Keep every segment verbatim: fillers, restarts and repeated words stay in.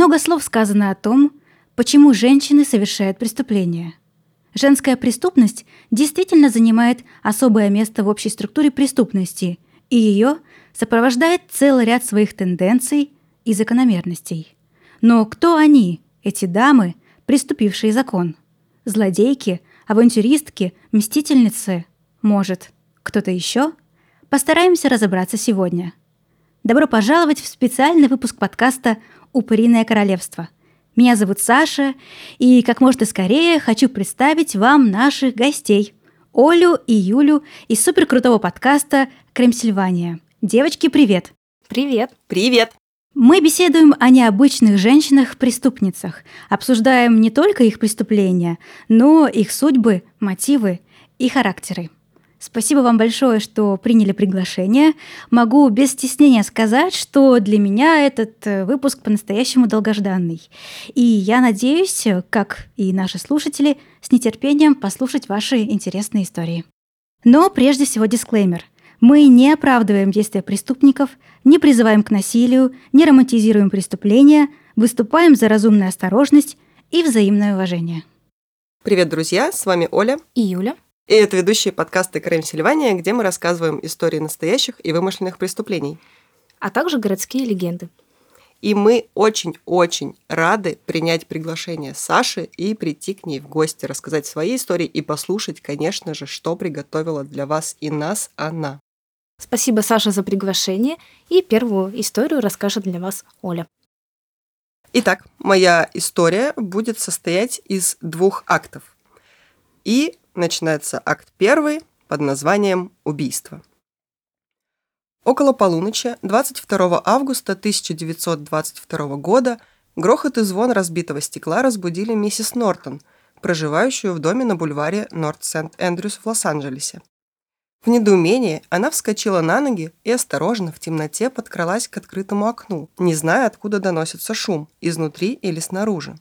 Много слов сказано о том, почему женщины совершают преступления. Женская преступность действительно занимает особое место в общей структуре преступности, и ее сопровождает целый ряд своих тенденций и закономерностей. Но кто они, эти дамы, приступившие закон? Злодейки, авантюристки, мстительницы? Может, кто-то еще? Постараемся разобраться сегодня. Добро пожаловать в специальный выпуск подкаста «Упыриное королевство». Меня зовут Саша, и как можно скорее хочу представить вам наших гостей – Олю и Юлю из суперкрутого подкаста «Крымсильвания». Девочки, привет! Привет! Привет! Мы беседуем о необычных женщинах-преступницах, обсуждаем не только их преступления, но их судьбы, мотивы и характеры. Спасибо вам большое, что приняли приглашение. Могу без стеснения сказать, что для меня этот выпуск по-настоящему долгожданный. И я надеюсь, как и наши слушатели, с нетерпением послушать ваши интересные истории. Но прежде всего дисклеймер. Мы не оправдываем действия преступников, не призываем к насилию, не романтизируем преступления, выступаем за разумную осторожность и взаимное уважение. Привет, друзья! С вами Оля и Юля. И это ведущие подкасты «Крымсильвания», где мы рассказываем истории настоящих и вымышленных преступлений. А также городские легенды. И мы очень-очень рады принять приглашение Саши и прийти к ней в гости, рассказать свои истории и послушать, конечно же, что приготовила для вас и нас она. Спасибо, Саша, за приглашение. И первую историю расскажет для вас Оля. Итак, моя история будет состоять из двух актов. И начинается акт первый под названием «Убийство». Около полуночи двадцать второго августа тысяча девятьсот двадцать второго года грохот и звон разбитого стекла разбудили миссис Нортон, проживающую в доме на бульваре Норт-Сент-Эндрюс в Лос-Анджелесе. В недоумении она вскочила на ноги и осторожно в темноте подкралась к открытому окну, не зная, откуда доносится шум, изнутри или снаружи.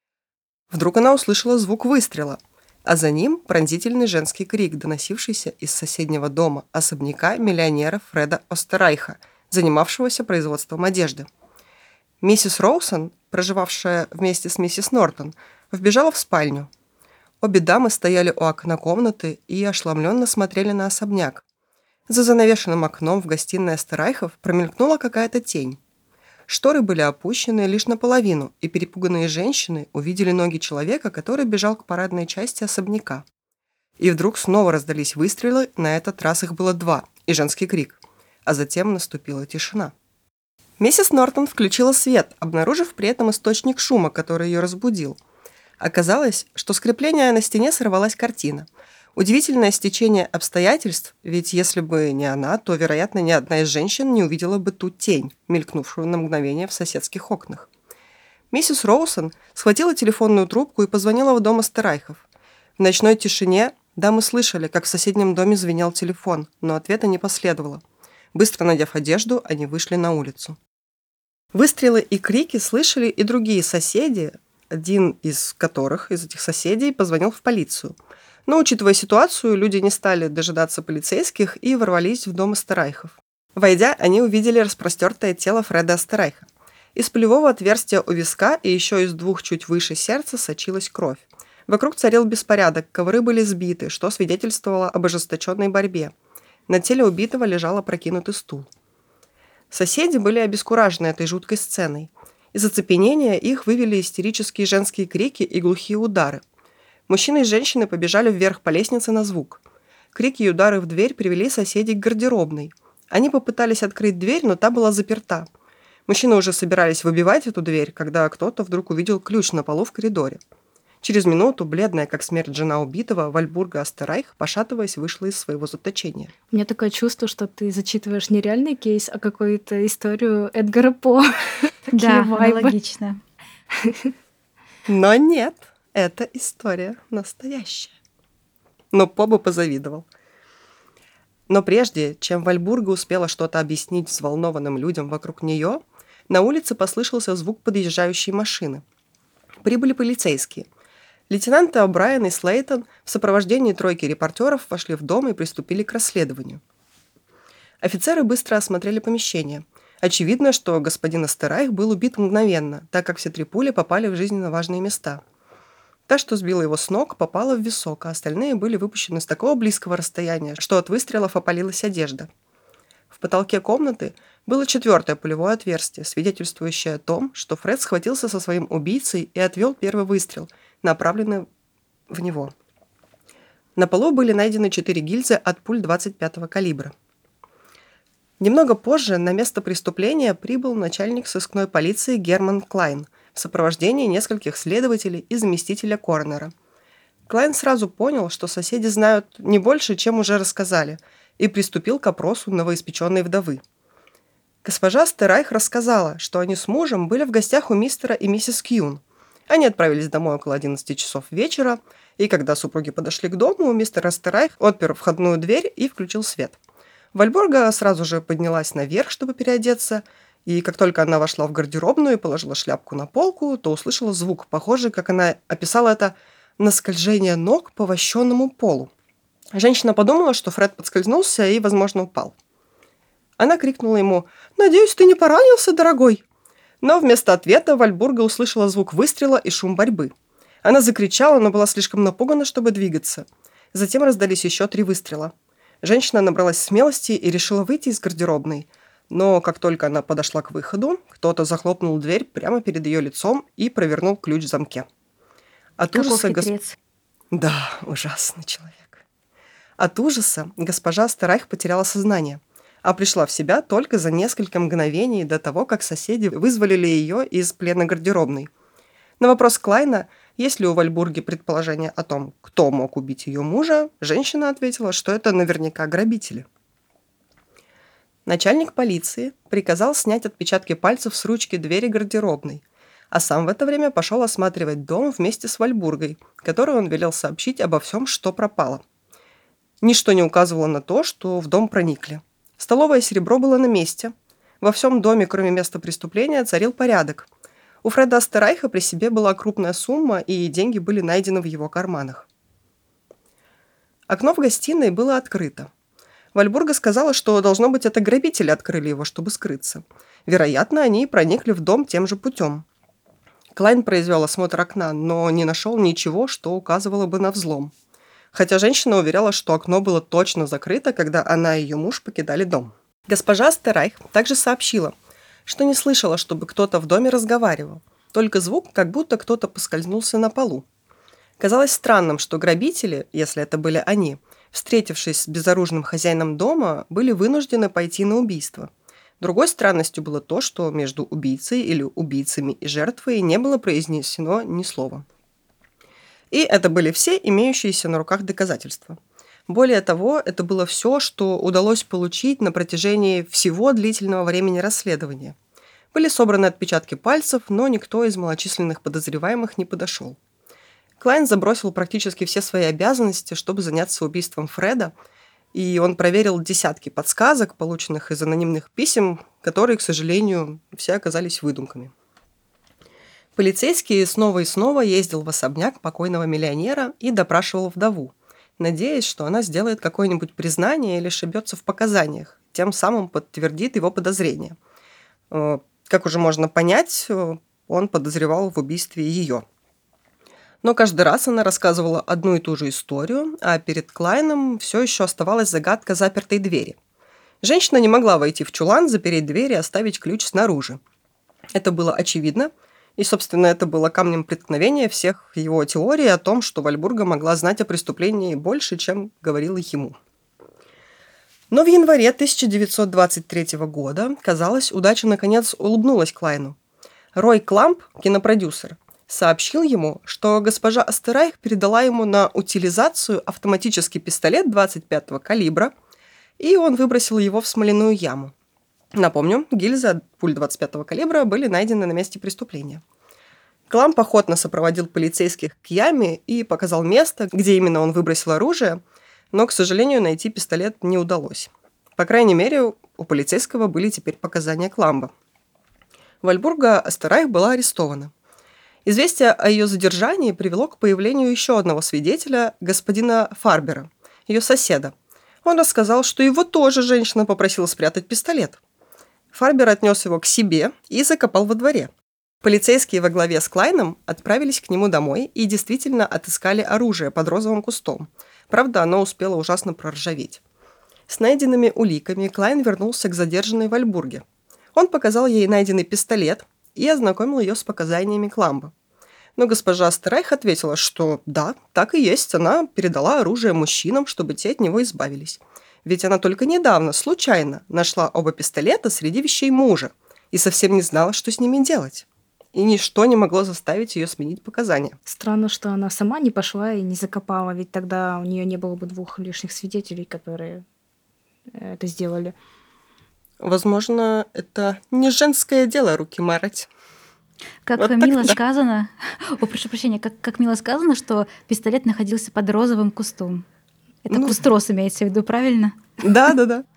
Вдруг она услышала звук выстрела, а за ним пронзительный женский крик, доносившийся из соседнего дома, особняка миллионера Фреда Остерайха, занимавшегося производством одежды. Миссис Роусон, проживавшая вместе с миссис Нортон, вбежала в спальню. Обе дамы стояли у окна комнаты и ошеломленно смотрели на особняк. За занавешенным окном в гостиной Остерайхов промелькнула какая-то тень. Шторы были опущены лишь наполовину, и перепуганные женщины увидели ноги человека, который бежал к парадной части особняка. И вдруг снова раздались выстрелы, на этот раз их было два, и женский крик. А затем наступила тишина. Миссис Нортон включила свет, обнаружив при этом источник шума, который ее разбудил. Оказалось, что с крепления на стене сорвалась картина. Удивительное стечение обстоятельств, ведь если бы не она, то, вероятно, ни одна из женщин не увидела бы ту тень, мелькнувшую на мгновение в соседских окнах. Миссис Роусон схватила телефонную трубку и позвонила в дом Остерайхов. В ночной тишине дамы слышали, как в соседнем доме звенел телефон, но ответа не последовало. Быстро надев одежду, они вышли на улицу. Выстрелы и крики слышали и другие соседи, один из которых, из этих соседей, позвонил в полицию. Но, учитывая ситуацию, люди не стали дожидаться полицейских и ворвались в дом Остерайхов. Войдя, они увидели распростертое тело Фреда Остерайха. Из пулевого отверстия у виска и еще из двух чуть выше сердца сочилась кровь. Вокруг царил беспорядок, ковры были сбиты, что свидетельствовало об ожесточенной борьбе. На теле убитого лежал опрокинутый стул. Соседи были обескуражены этой жуткой сценой. Из оцепенения их вывели истерические женские крики и глухие удары. Мужчины и женщины побежали вверх по лестнице на звук. Крики и удары в дверь привели соседей к гардеробной. Они попытались открыть дверь, но та была заперта. Мужчины уже собирались выбивать эту дверь, когда кто-то вдруг увидел ключ на полу в коридоре. Через минуту, бледная как смерть жена убитого, Вальбурга Остерайх, пошатываясь, вышла из своего заточения. У меня такое чувство, что ты зачитываешь не реальный кейс, а какую-то историю Эдгара По. Да, аналогично. Но нет. Эта история настоящая. Но По бы позавидовал. Но прежде, чем Вальбурга успела что-то объяснить взволнованным людям вокруг нее, на улице послышался звук подъезжающей машины. Прибыли полицейские. Лейтенанты О'Брайен и Слейтон в сопровождении тройки репортеров вошли в дом и приступили к расследованию. Офицеры быстро осмотрели помещение. Очевидно, что господин Остерайх был убит мгновенно, так как все три пули попали в жизненно важные места. Та, что сбила его с ног, попала в висок, а остальные были выпущены с такого близкого расстояния, что от выстрелов опалилась одежда. В потолке комнаты было четвертое пулевое отверстие, свидетельствующее о том, что Фред схватился со своим убийцей и отвел первый выстрел, направленный в него. На полу были найдены четыре гильзы от пуль двадцать пятого калибра. Немного позже на место преступления прибыл начальник сыскной полиции Герман Клайн в сопровождении нескольких следователей и заместителя коронера. Клайн сразу понял, что соседи знают не больше, чем уже рассказали, и приступил к опросу новоиспеченной вдовы. Госпожа Остерайх рассказала, что они с мужем были в гостях у мистера и миссис Кьюн. Они отправились домой около одиннадцати часов вечера, и когда супруги подошли к дому, мистер Остерайх отпер входную дверь и включил свет. Вальбурга сразу же поднялась наверх, чтобы переодеться, и как только она вошла в гардеробную и положила шляпку на полку, то услышала звук, похожий, как она описала это, на скольжение ног по вощенному полу. Женщина подумала, что Фред подскользнулся и, возможно, упал. Она крикнула ему: «Надеюсь, ты не поранился, дорогой?» Но вместо ответа Вальбурга услышала звук выстрела и шум борьбы. Она закричала, но была слишком напугана, чтобы двигаться. Затем раздались еще три выстрела. Женщина набралась смелости и решила выйти из гардеробной. Но как только она подошла к выходу, кто-то захлопнул дверь прямо перед ее лицом и провернул ключ в замке. От Каков ужаса хитрец. госп... Да, ужасный человек. От ужаса госпожа Остерайх потеряла сознание, а пришла в себя только за несколько мгновений до того, как соседи вызволили ее из плена гардеробной. На вопрос Клайна, есть ли у Вальбурги предположение о том, кто мог убить ее мужа, женщина ответила, что это наверняка грабители. Начальник полиции приказал снять отпечатки пальцев с ручки двери гардеробной, а сам в это время пошел осматривать дом вместе с Вальбургой, которой он велел сообщить обо всем, что пропало. Ничто не указывало на то, что в дом проникли. Столовое серебро было на месте. Во всем доме, кроме места преступления, царил порядок. У Фреда Остерайха при себе была крупная сумма, и деньги были найдены в его карманах. Окно в гостиной было открыто. Вальбурга сказала, что, должно быть, это грабители открыли его, чтобы скрыться. Вероятно, они проникли в дом тем же путем. Клайн произвел осмотр окна, но не нашел ничего, что указывало бы на взлом. Хотя женщина уверяла, что окно было точно закрыто, когда она и ее муж покидали дом. Госпожа Остерайх также сообщила, что не слышала, чтобы кто-то в доме разговаривал, только звук, как будто кто-то поскользнулся на полу. Казалось странным, что грабители, если это были они, встретившись с безоружным хозяином дома, были вынуждены пойти на убийство. Другой странностью было то, что между убийцей или убийцами и жертвой не было произнесено ни слова. И это были все имеющиеся на руках доказательства. Более того, это было все, что удалось получить на протяжении всего длительного времени расследования. Были собраны отпечатки пальцев, но никто из малочисленных подозреваемых не подошел. Клайн забросил практически все свои обязанности, чтобы заняться убийством Фреда, и он проверил десятки подсказок, полученных из анонимных писем, которые, к сожалению, все оказались выдумками. Полицейский снова и снова ездил в особняк покойного миллионера и допрашивал вдову, надеясь, что она сделает какое-нибудь признание или ошибется в показаниях, тем самым подтвердит его подозрения. Как уже можно понять, он подозревал в убийстве ее. Но каждый раз она рассказывала одну и ту же историю, а перед Клайном все еще оставалась загадка запертой двери. Женщина не могла войти в чулан, запереть дверь и оставить ключ снаружи. Это было очевидно, и, собственно, это было камнем преткновения всех его теорий о том, что Вальбурга могла знать о преступлении больше, чем говорила ему. Но в январе тысяча девятьсот двадцать третьего года, казалось, удача наконец улыбнулась Клайну. Рой Кламп, кинопродюсер, сообщил ему, что госпожа Остерайх передала ему на утилизацию автоматический пистолет двадцать пятого калибра, и он выбросил его в смоляную яму. Напомню, гильзы от пуль двадцать пятого калибра были найдены на месте преступления. Кламп охотно сопроводил полицейских к яме и показал место, где именно он выбросил оружие, но, к сожалению, найти пистолет не удалось. По крайней мере, у полицейского были теперь показания Кламба. Вальбурга Остерайх была арестована. Известие о ее задержании привело к появлению еще одного свидетеля, господина Фарбера, ее соседа. Он рассказал, что его тоже женщина попросила спрятать пистолет. Фарбер отнес его к себе и закопал во дворе. Полицейские во главе с Клайном отправились к нему домой и действительно отыскали оружие под розовым кустом. Правда, оно успело ужасно проржаветь. С найденными уликами Клайн вернулся к задержанной в Альбурге. Он показал ей найденный пистолет и ознакомил ее с показаниями Кламба. Но госпожа Астерайх ответила, что да, так и есть, она передала оружие мужчинам, чтобы те от него избавились. Ведь она только недавно, случайно, нашла оба пистолета среди вещей мужа и совсем не знала, что с ними делать. И ничто не могло заставить ее сменить показания. Странно, что она сама не пошла и не закопала, ведь тогда у нее не было бы двух лишних свидетелей, которые это сделали. Возможно, это не женское дело руки марать. Как Вот мило так, да. сказано, о, прошу прощения, как, как мило сказано, что пистолет находился под розовым кустом. Это Ну. кустрос имеется в виду, правильно? Да, да, да.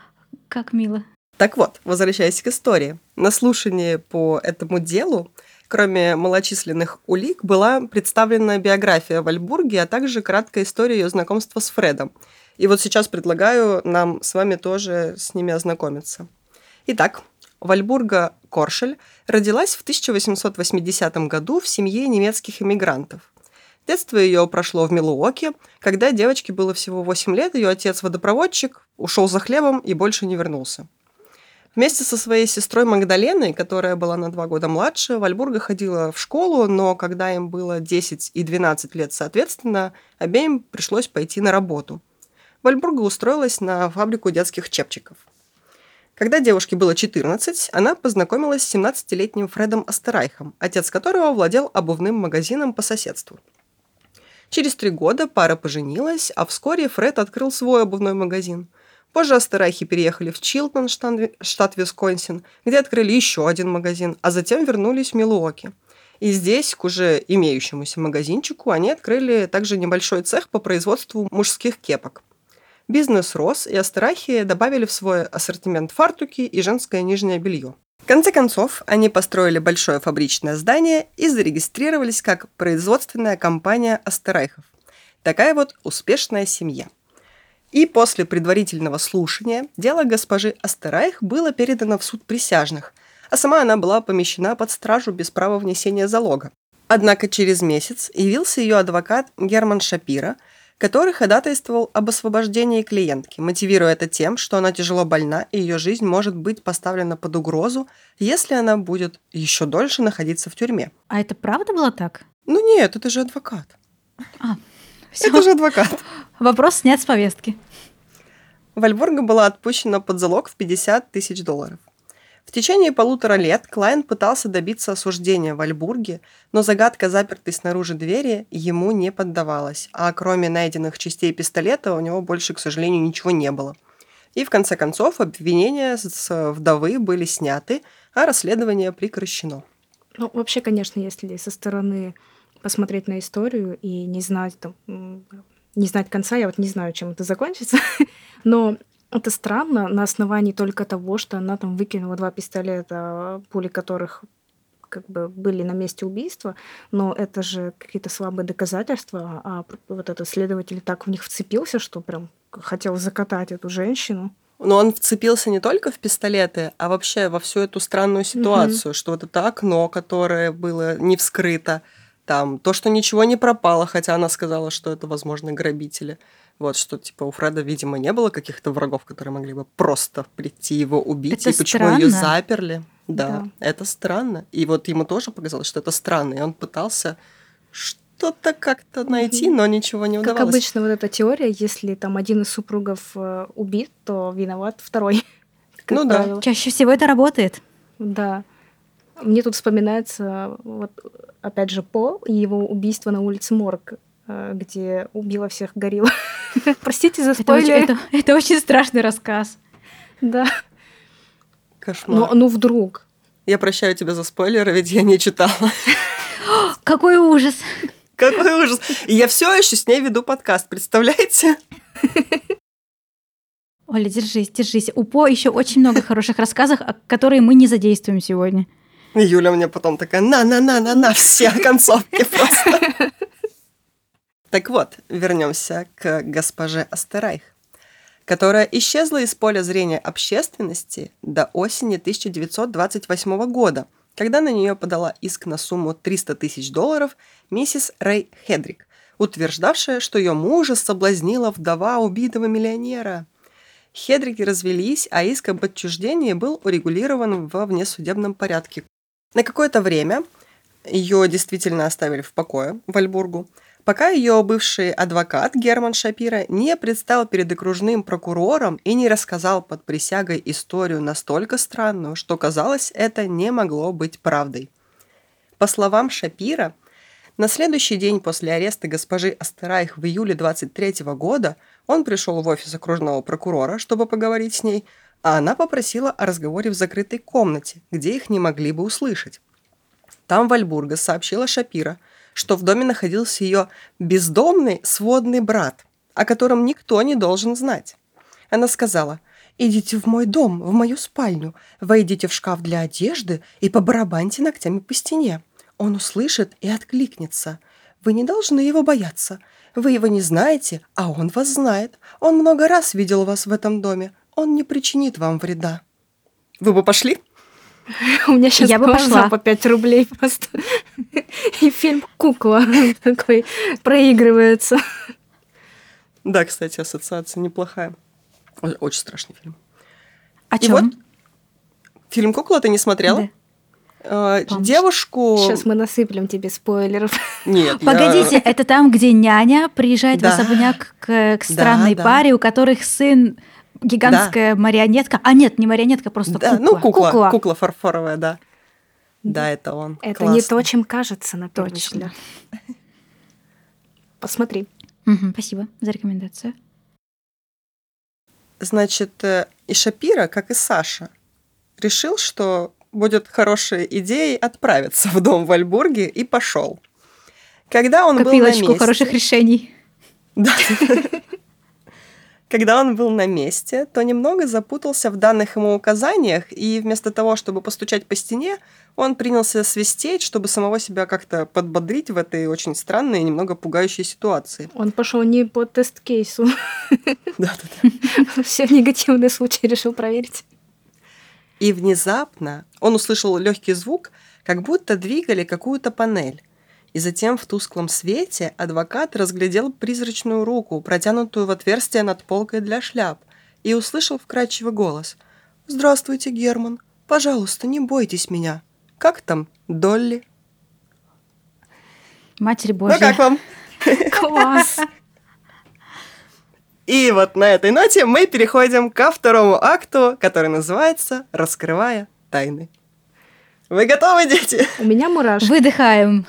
Как мило. Так вот, возвращаясь к истории. На слушании по этому делу, кроме малочисленных улик, была представлена биография Вальбурги, а также краткая история ее знакомства с Фредом. И вот сейчас предлагаю нам с вами тоже с ними ознакомиться. Итак, Вальбурга Коршель родилась в тысяча восемьсот восьмидесятом году в семье немецких эмигрантов. Детство ее прошло в Милуоке. Когда девочке было всего восемь лет, ее отец-водопроводчик ушел за хлебом и больше не вернулся. Вместе со своей сестрой Магдаленой, которая была на два года младше, Вальбурга ходила в школу, но когда им было десять и двенадцать лет соответственно, обеим пришлось пойти на работу. Вальбурга устроилась на фабрику детских чепчиков. Когда девушке было четырнадцать, она познакомилась с семнадцатилетним Фредом Астерайхом, отец которого владел обувным магазином по соседству. Через три года пара поженилась, а вскоре Фред открыл свой обувной магазин. Позже Астерайхи переехали в Чилтон, штат Висконсин, где открыли еще один магазин, а затем вернулись в Милуоки. И здесь, к уже имеющемуся магазинчику, они открыли также небольшой цех по производству мужских кепок. Бизнес рос, и Астерайхи добавили в свой ассортимент фартуки и женское нижнее белье. В конце концов, они построили большое фабричное здание и зарегистрировались как производственная компания Астерайхов. Такая вот успешная семья. И после предварительного слушания дело госпожи Астерайх было передано в суд присяжных, а сама она была помещена под стражу без права внесения залога. Однако через месяц явился ее адвокат Герман Шапира, который ходатайствовал об освобождении клиентки, мотивируя это тем, что она тяжело больна и ее жизнь может быть поставлена под угрозу, если она будет еще дольше находиться в тюрьме. А это правда было так? Ну нет, это же адвокат. А, всё. Это же адвокат. Вопрос снят с повестки. Вальбурга была отпущена под залог в пятьдесят тысяч долларов. В течение полутора лет Клайн пытался добиться осуждения Вальбурги, но загадка запертой снаружи двери ему не поддавалась, а кроме найденных частей пистолета у него больше, к сожалению, ничего не было. И в конце концов обвинения с вдовы были сняты, а расследование прекращено. Ну, вообще, конечно, если со стороны посмотреть на историю и не знать, там, не знать конца, я вот не знаю, чем это закончится, но это странно на основании только того, что она там выкинула два пистолета, пули которых как бы были на месте убийства, но это же какие-то слабые доказательства, а вот этот следователь так в них вцепился, что прям хотел закатать эту женщину. Но он вцепился не только в пистолеты, а вообще во всю эту странную ситуацию, mm-hmm. что вот это окно, которое было не вскрыто, там, то, что ничего не пропало, хотя она сказала, что это, возможно, грабители. Вот, что, типа, у Фреда, видимо, не было каких-то врагов, которые могли бы просто прийти его убить. Это и почему странно. ее заперли. Да, Да, это странно. И вот ему тоже показалось, что это странно. И он пытался что-то как-то найти, но ничего не удавалось. Как обычно, вот эта теория, если там один из супругов э, убит, то виноват второй. Как Ну да. правило. Чаще всего это работает. Да. Мне тут вспоминается, вот, опять же, Пол и его убийство на улице Морг, э, где убила всех горилла. Простите за Это очень, спойлер. это, это очень страшный рассказ. Да. Кошмар. Но, ну вдруг. Я прощаю тебя за спойлеры, ведь я не читала. Какой ужас! Какой ужас! И я все еще с ней веду подкаст, представляете? Оля, держись, держись. У По еще очень много хороших рассказов, которые мы не задействуем сегодня. Юля мне потом такая, на-на-на-на-на, все концовки просто. Так вот, вернемся к госпоже Астерайх. которая исчезла из поля зрения общественности до осени тысяча девятьсот двадцать восьмого года, когда на нее подала иск на сумму триста тысяч долларов миссис Рэй Хедрик, утверждавшая, что ее мужа соблазнила вдова убитого миллионера. Хедрики развелись, а иск об отчуждении был урегулирован во внесудебном порядке. На какое-то время ее действительно оставили в покое в Вальбургу, пока ее бывший адвокат Герман Шапира не предстал перед окружным прокурором и не рассказал под присягой историю настолько странную, что, казалось, это не могло быть правдой. По словам Шапира, на следующий день после ареста госпожи Остерайх в июле двадцать третьего года он пришел в офис окружного прокурора, чтобы поговорить с ней, а она попросила о разговоре в закрытой комнате, где их не могли бы услышать. Там Вальбурга сообщила Шапира, что в доме находился ее бездомный сводный брат, о котором никто не должен знать. Она сказала: «Идите в мой дом, в мою спальню, войдите в шкаф для одежды и побарабаньте ногтями по стене. Он услышит и откликнется. Вы не должны его бояться. Вы его не знаете, а он вас знает. Он много раз видел вас в этом доме. Он не причинит вам вреда». Вы бы пошли? У меня сейчас Я бы глаза пошла. по пять рублей просто. И фильм «Кукла» такой проигрывается. Да, кстати, ассоциация неплохая. О- Очень страшный фильм. О И чем? вот фильм «Кукла» ты не смотрела? Да. Э, Помнишь? Девушку... Сейчас мы насыплем тебе спойлеров. Нет, я- Погодите, это там, где няня приезжает Да. в особняк к, к странной Да, да. паре, у которых сын гигантская марионетка. А нет, не марионетка, просто Да, кукла. ну, кукла, Кукла. кукла фарфоровая, да. Да, это он. Это не то, чем кажется на первый Точно. взгляд. Посмотри. Мгм, спасибо за рекомендацию. Значит, э, и Шапира, как и Саша, решил, что будет хорошей идеей отправиться в дом в Вальбурге и пошел. Когда он был на Копилочку месте... хороших решений. Да. Когда он был на месте, то немного запутался в данных ему указаниях, и вместо того, чтобы постучать по стене, он принялся свистеть, чтобы самого себя как-то подбодрить в этой очень странной и немного пугающей ситуации. Он пошел не по тест-кейсу. Да-да-да. Все негативные случаи решил проверить. И внезапно он услышал легкий звук, как будто двигали какую-то панель. И затем в тусклом свете адвокат разглядел призрачную руку, протянутую в отверстие над полкой для шляп, и услышал вкрадчивый голос: «Здравствуйте, Герман. Пожалуйста, не бойтесь меня. Как там Долли?» Матерь Ну Божья. как вам? Класс! И вот на этой ноте мы переходим ко второму акту, который называется «Раскрывая тайны». Вы готовы, дети? У меня мурашки. Выдыхаем.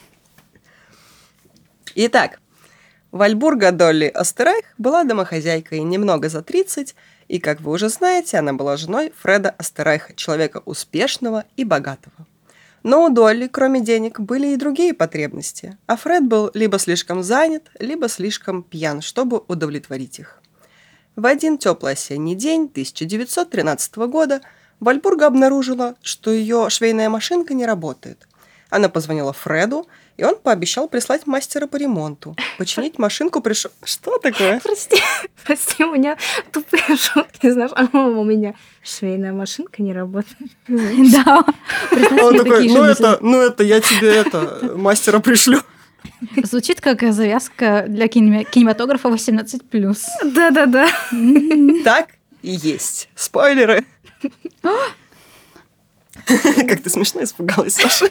Итак, Вальбурга Долли Остерайх была домохозяйкой немного за тридцать, и, как вы уже знаете, она была женой Фреда Остерайха, человека успешного и богатого. Но у Долли, кроме денег, были и другие потребности, а Фред был либо слишком занят, либо слишком пьян, чтобы удовлетворить их. В один теплый осенний день тысяча девятьсот тринадцатого года Вальбурга обнаружила, что ее швейная машинка не работает. Она позвонила Фреду, и он пообещал прислать мастера по ремонту. Починить машинку пришел... Что такое? Прости, прости, у меня тупые шутки, знаешь, а у меня швейная машинка не работает. Да. Представь Он себе такой, такие же ну мысли. это, ну это я тебе это, мастера пришлю. Звучит как завязка для кинема- кинематографа восемнадцать плюс. Да-да-да. Так и есть. Спойлеры. Как ты смешно испугалась, Саша.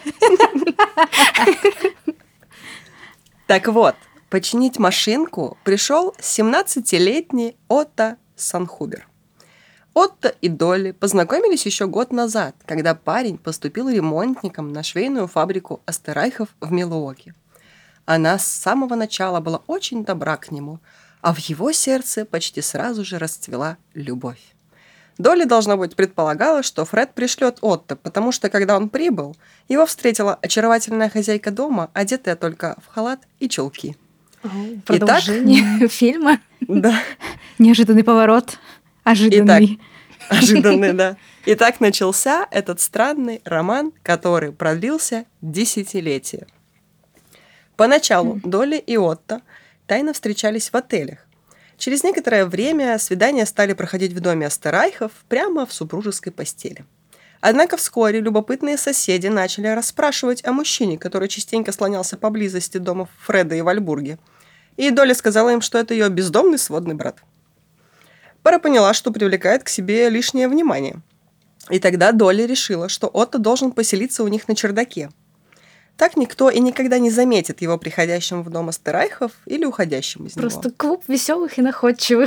Так вот, починить машинку пришел семнадцатилетний Отто Санхубер. Отто и Долли познакомились еще год назад, когда парень поступил ремонтником на швейную фабрику Остерайхов в Милуоки. Она с самого начала была очень добра к нему, а в его сердце почти сразу же расцвела любовь. Долли, должно быть, предполагала, что Фред пришлет Отто, потому что, когда он прибыл, его встретила очаровательная хозяйка дома, одетая только в халат и чулки. Продолжение фильма. Да, Неожиданный поворот. Ожиданный. ожиданный, да. И так начался этот странный роман, который продлился десятилетия. Поначалу Долли и Отто тайно встречались в отелях. Через некоторое время свидания стали проходить в доме Остерайхов прямо в супружеской постели. Однако вскоре любопытные соседи начали расспрашивать о мужчине, который частенько слонялся поблизости домов Фреда и Вальбурги. И Долли сказала им, что это ее бездомный сводный брат. Пара поняла, что привлекает к себе лишнее внимание. И тогда Долли решила, что Отто должен поселиться у них на чердаке. Так никто и никогда не заметит его приходящим в дом Остерайхов или уходящим из Просто него. клуб веселых и находчивых.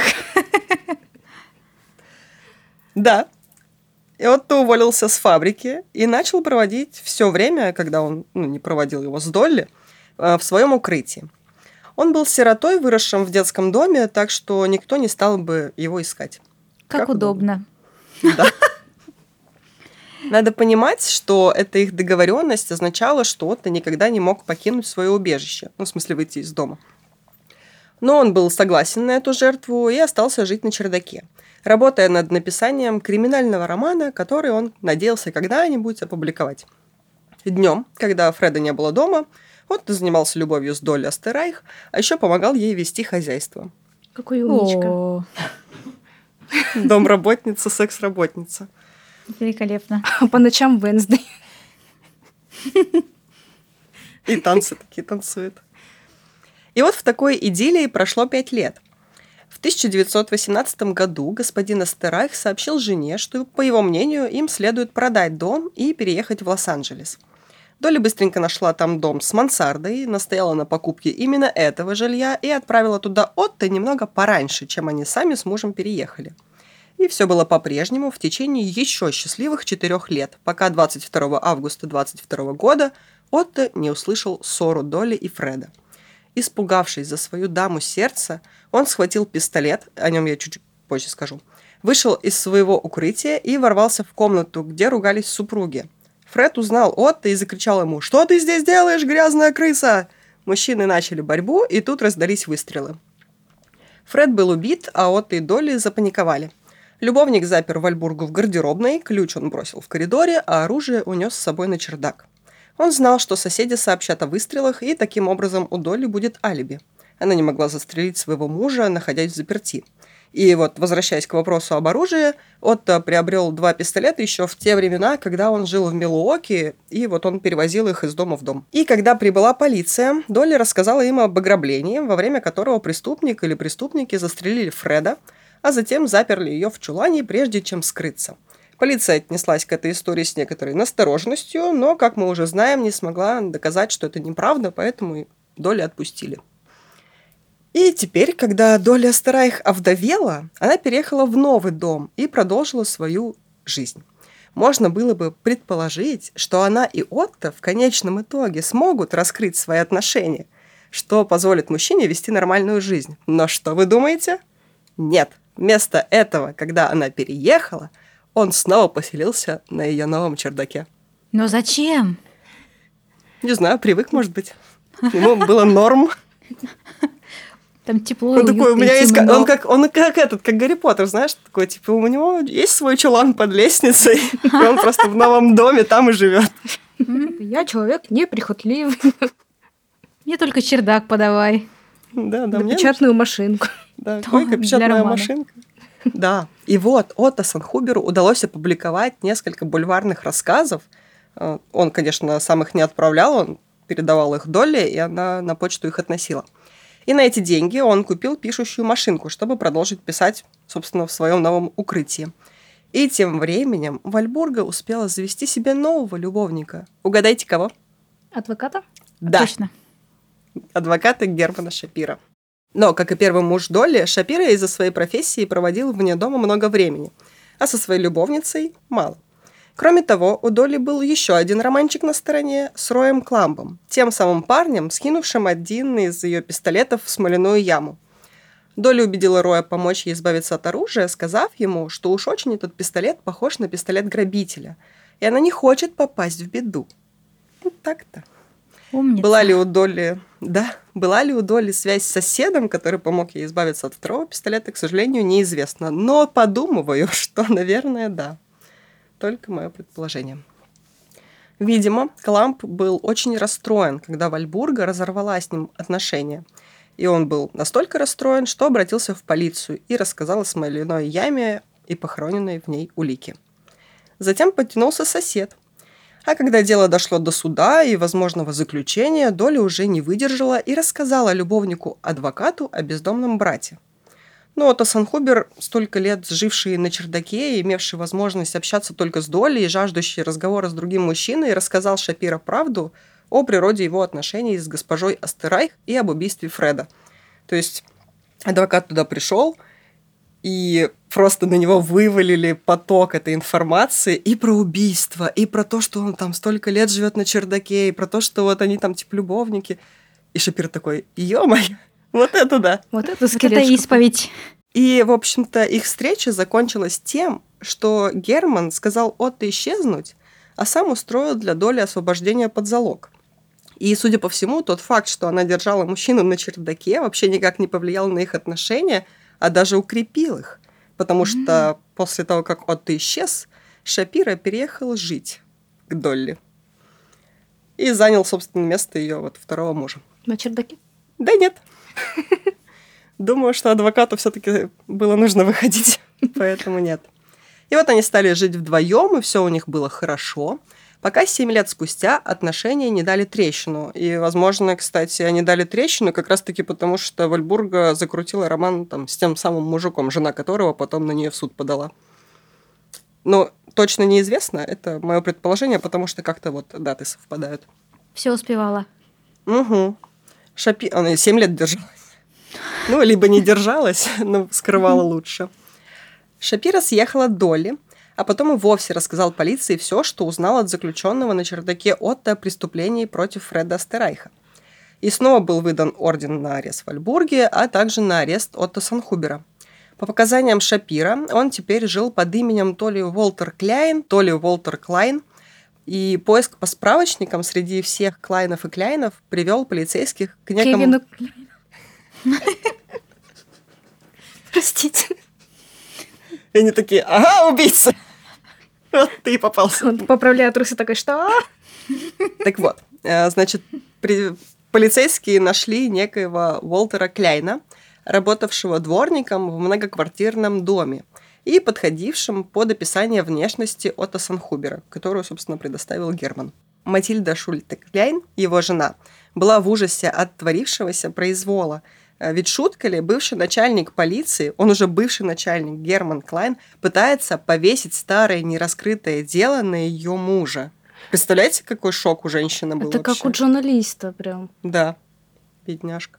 Да. И Отто уволился с фабрики и начал проводить все время, когда он ну, не проводил его с Долли, в своем укрытии. Он был сиротой, выросшим в детском доме, так что никто не стал бы его искать. Как, как удобно. удобно. Да. Надо понимать, что эта их договоренность означала, что Отто никогда не мог покинуть свое убежище, ну, в смысле выйти из дома. Но он был согласен на эту жертву и остался жить на чердаке, работая над написанием криминального романа, который он надеялся когда-нибудь опубликовать. Днем, когда Фреда не было дома, Отто занимался любовью с Долли Остерайх, а еще помогал ей вести хозяйство. Какой умничка. Домработница, секс-работница. Великолепно. А по ночам Венсдей. И танцы такие танцует. И вот в такой идиллии прошло пять лет. В тысяча девятьсот восемнадцатом году господин Остерайх сообщил жене, что, по его мнению, им следует продать дом и переехать в Лос-Анджелес. Долли быстренько нашла там дом с мансардой, настояла на покупке именно этого жилья и отправила туда Отто немного пораньше, чем они сами с мужем переехали. И все было по-прежнему в течение еще счастливых четырех лет, пока двадцать второго августа двадцать второго года Отто не услышал ссору Долли и Фреда. Испугавшись за свою даму сердца, он схватил пистолет, о нем я чуть-чуть позже скажу, вышел из своего укрытия и ворвался в комнату, где ругались супруги. Фред узнал Отто и закричал ему: «Что ты здесь делаешь, грязная крыса?» Мужчины начали борьбу, и тут раздались выстрелы. Фред был убит, а Отто и Долли запаниковали. Любовник запер Вальбургу в гардеробной, ключ он бросил в коридоре, а оружие унес с собой на чердак. Он знал, что соседи сообщат о выстрелах, и таким образом у Долли будет алиби. Она не могла застрелить своего мужа, находясь в заперти. И вот, возвращаясь к вопросу об оружии, Отто приобрел два пистолета еще в те времена, когда он жил в Милуоки, и вот он перевозил их из дома в дом. И когда прибыла полиция, Долли рассказала им об ограблении, во время которого преступник или преступники застрелили Фреда, а затем заперли ее в чулане, прежде чем скрыться. Полиция отнеслась к этой истории с некоторой настороженностью, но, как мы уже знаем, не смогла доказать, что это неправда, поэтому Долли отпустили. И теперь, когда Долли Остерайх овдовела, она переехала в новый дом и продолжила свою жизнь. Можно было бы предположить, что она и Отто в конечном итоге смогут раскрыть свои отношения, что позволит мужчине вести нормальную жизнь. Но что вы думаете? Нет. Вместо этого, когда она переехала, он снова поселился на ее новом чердаке. Но зачем? Не знаю, привык, может быть. Ему было норм. Там тепло, он такой, у меня есть, темно. он как, он как этот, как Гарри Поттер, знаешь, такой, типа, у него есть свой чулан под лестницей, и он просто в новом доме там и живет. Я человек неприхотливый. Мне только чердак подавай. Да, да, мне печатную машинку. Да, койка, печатная машинка. Да, и вот Отто Санхуберу удалось опубликовать несколько бульварных рассказов. Он, конечно, сам их не отправлял, он передавал их Долли, и она на почту их относила. И на эти деньги он купил пишущую машинку, чтобы продолжить писать, собственно, в своем новом укрытии. И тем временем Вальбурга успела завести себе нового любовника. Угадайте, кого? Адвоката? Да. Точно. Адвоката Германа Шапира. Но, как и первый муж Долли, Шапира из-за своей профессии проводил вне дома много времени, а со своей любовницей – мало. Кроме того, у Долли был еще один романчик на стороне с Роем Кламбом, тем самым парнем, скинувшим один из ее пистолетов в смоляную яму. Долли убедила Роя помочь ей избавиться от оружия, сказав ему, что уж очень этот пистолет похож на пистолет грабителя, и она не хочет попасть в беду. Вот так-то. Умница. Была ли у Долли, да, была ли у Долли связь с соседом, который помог ей избавиться от второго пистолета, к сожалению, неизвестно. Но подумываю, что, наверное, да. Только мое предположение. Видимо, Кламп был очень расстроен, когда Вальбурга разорвала с ним отношения. И он был настолько расстроен, что обратился в полицию и рассказал о смоляной яме и похороненной в ней улике. Затем подтянулся сосед. А когда дело дошло до суда и возможного заключения, Долли уже не выдержала и рассказала любовнику-адвокату о бездомном брате. Но Отто Санхубер, столько лет живший на чердаке и имевший возможность общаться только с Долли и жаждущий разговора с другим мужчиной, рассказал Шапиро правду о природе его отношений с госпожой Астерайх и об убийстве Фреда. То есть адвокат туда пришел, и просто на него вывалили поток этой информации и про убийство, и про то, что он там столько лет живет на чердаке, и про то, что вот они там типа любовники. И Шапиро такой: ё-моё, вот это да. Вот это Вот скелет. это исповедь. И, в общем-то, их встреча закончилась тем, что Герман сказал Отто исчезнуть, а сам устроил для Долли освобождение под залог. И, судя по всему, тот факт, что она держала мужчину на чердаке, вообще никак не повлиял на их отношения, а даже укрепил их. Потому mm-hmm. что после того, как Отто исчез, Шапиро переехал жить к Долли. И занял, собственно, место ее вот второго мужа. На чердаке? Да нет. Думаю, что адвокату все-таки было нужно выходить, поэтому нет. И вот они стали жить вдвоем, и все у них было хорошо, пока семь лет спустя отношения не дали трещину. И, возможно, кстати, они дали трещину как раз-таки потому, что Вальбурга закрутила роман там, с тем самым мужиком, жена которого потом на нее в суд подала. Но точно неизвестно, это мое предположение, потому что как-то вот даты совпадают. Все успевала. Угу. Шапи... Она семь лет держалась. Ну, либо не держалась, но скрывала лучше. Шапиро съехала Долли, а потом и вовсе рассказал полиции все, что узнал от заключенного на чердаке Отто о преступлении против Фреда Астерайха. И снова был выдан орден на арест в Вальбурге, а также на арест Отто Санхубера. По показаниям Шапиро, он теперь жил под именем то ли Уолтер Кляйн, то ли Уолтер Клайн, и поиск по справочникам среди всех Клайнов и Кляйнов привел полицейских к некому... Кевину Кляйну. Простите. И они такие: ага, убийца! Вот ты и попался. Он поправляет трусы такой: что? Так вот, значит, при... полицейские нашли некоего Уолтера Кляйна, работавшего дворником в многоквартирном доме и подходившим под описание внешности Отто Санхубера, которую, собственно, предоставил Герман. Матильда Шульте-Кляйн, его жена, была в ужасе от творившегося произвола. Ведь шутка ли, бывший начальник полиции, он уже бывший начальник Герман Клайн, пытается повесить старое нераскрытое дело на ее мужа. Представляете, какой шок у женщины был Это вообще? как у журналиста прям. Да, бедняжка.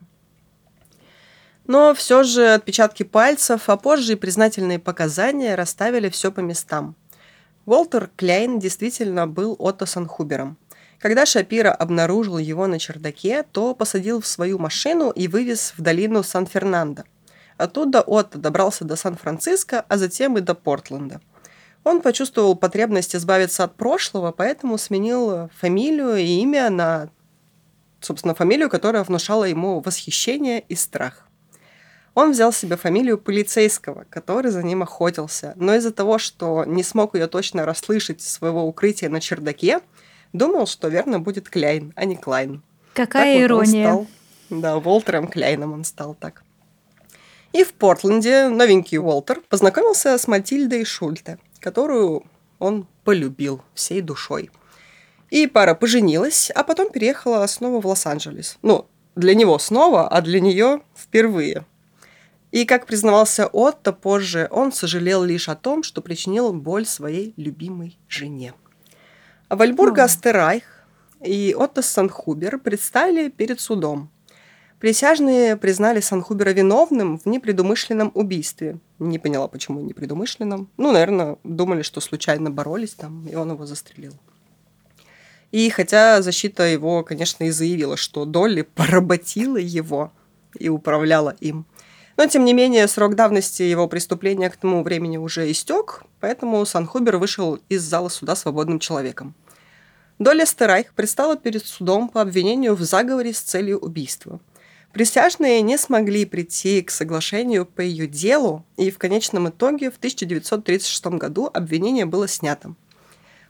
Но все же отпечатки пальцев, а позже и признательные показания расставили все по местам. Уолтер Кляйн действительно был Отто Санхубером. Когда Шапиро обнаружил его на чердаке, то посадил в свою машину и вывез в долину Сан-Фернандо. Оттуда Отто добрался до Сан-Франциско, а затем и до Портленда. Он почувствовал потребность избавиться от прошлого, поэтому сменил фамилию и имя на, собственно, фамилию, которая внушала ему восхищение и страх. Он взял себе фамилию полицейского, который за ним охотился, но из-за того, что не смог ее точно расслышать из своего укрытия на чердаке, думал, что верно будет Кляйн, а не Клайн. Какая так ирония. Вот он стал, да, Уолтером Кляйном он стал так. И в Портленде новенький Уолтер познакомился с Матильдой Шульте, которую он полюбил всей душой. И пара поженилась, а потом переехала снова в Лос-Анджелес. Ну, для него снова, а для нее впервые. И, как признавался Отто позже, он сожалел лишь о том, что причинил боль своей любимой жене. А Вальбурга Астерайх и Отто Санхубер предстали перед судом. Присяжные признали Санхубера виновным в непредумышленном убийстве. Не поняла, почему непредумышленном. Ну, наверное, думали, что случайно боролись там, и он его застрелил. И хотя защита его, конечно, и заявила, что Долли поработила его и управляла им, но, тем не менее, срок давности его преступления к тому времени уже истек, поэтому Санхубер вышел из зала суда свободным человеком. Долли Астерайх предстала перед судом по обвинению в заговоре с целью убийства. Присяжные не смогли прийти к соглашению по ее делу, и в конечном итоге в тысяча девятьсот тридцать шестом году обвинение было снято.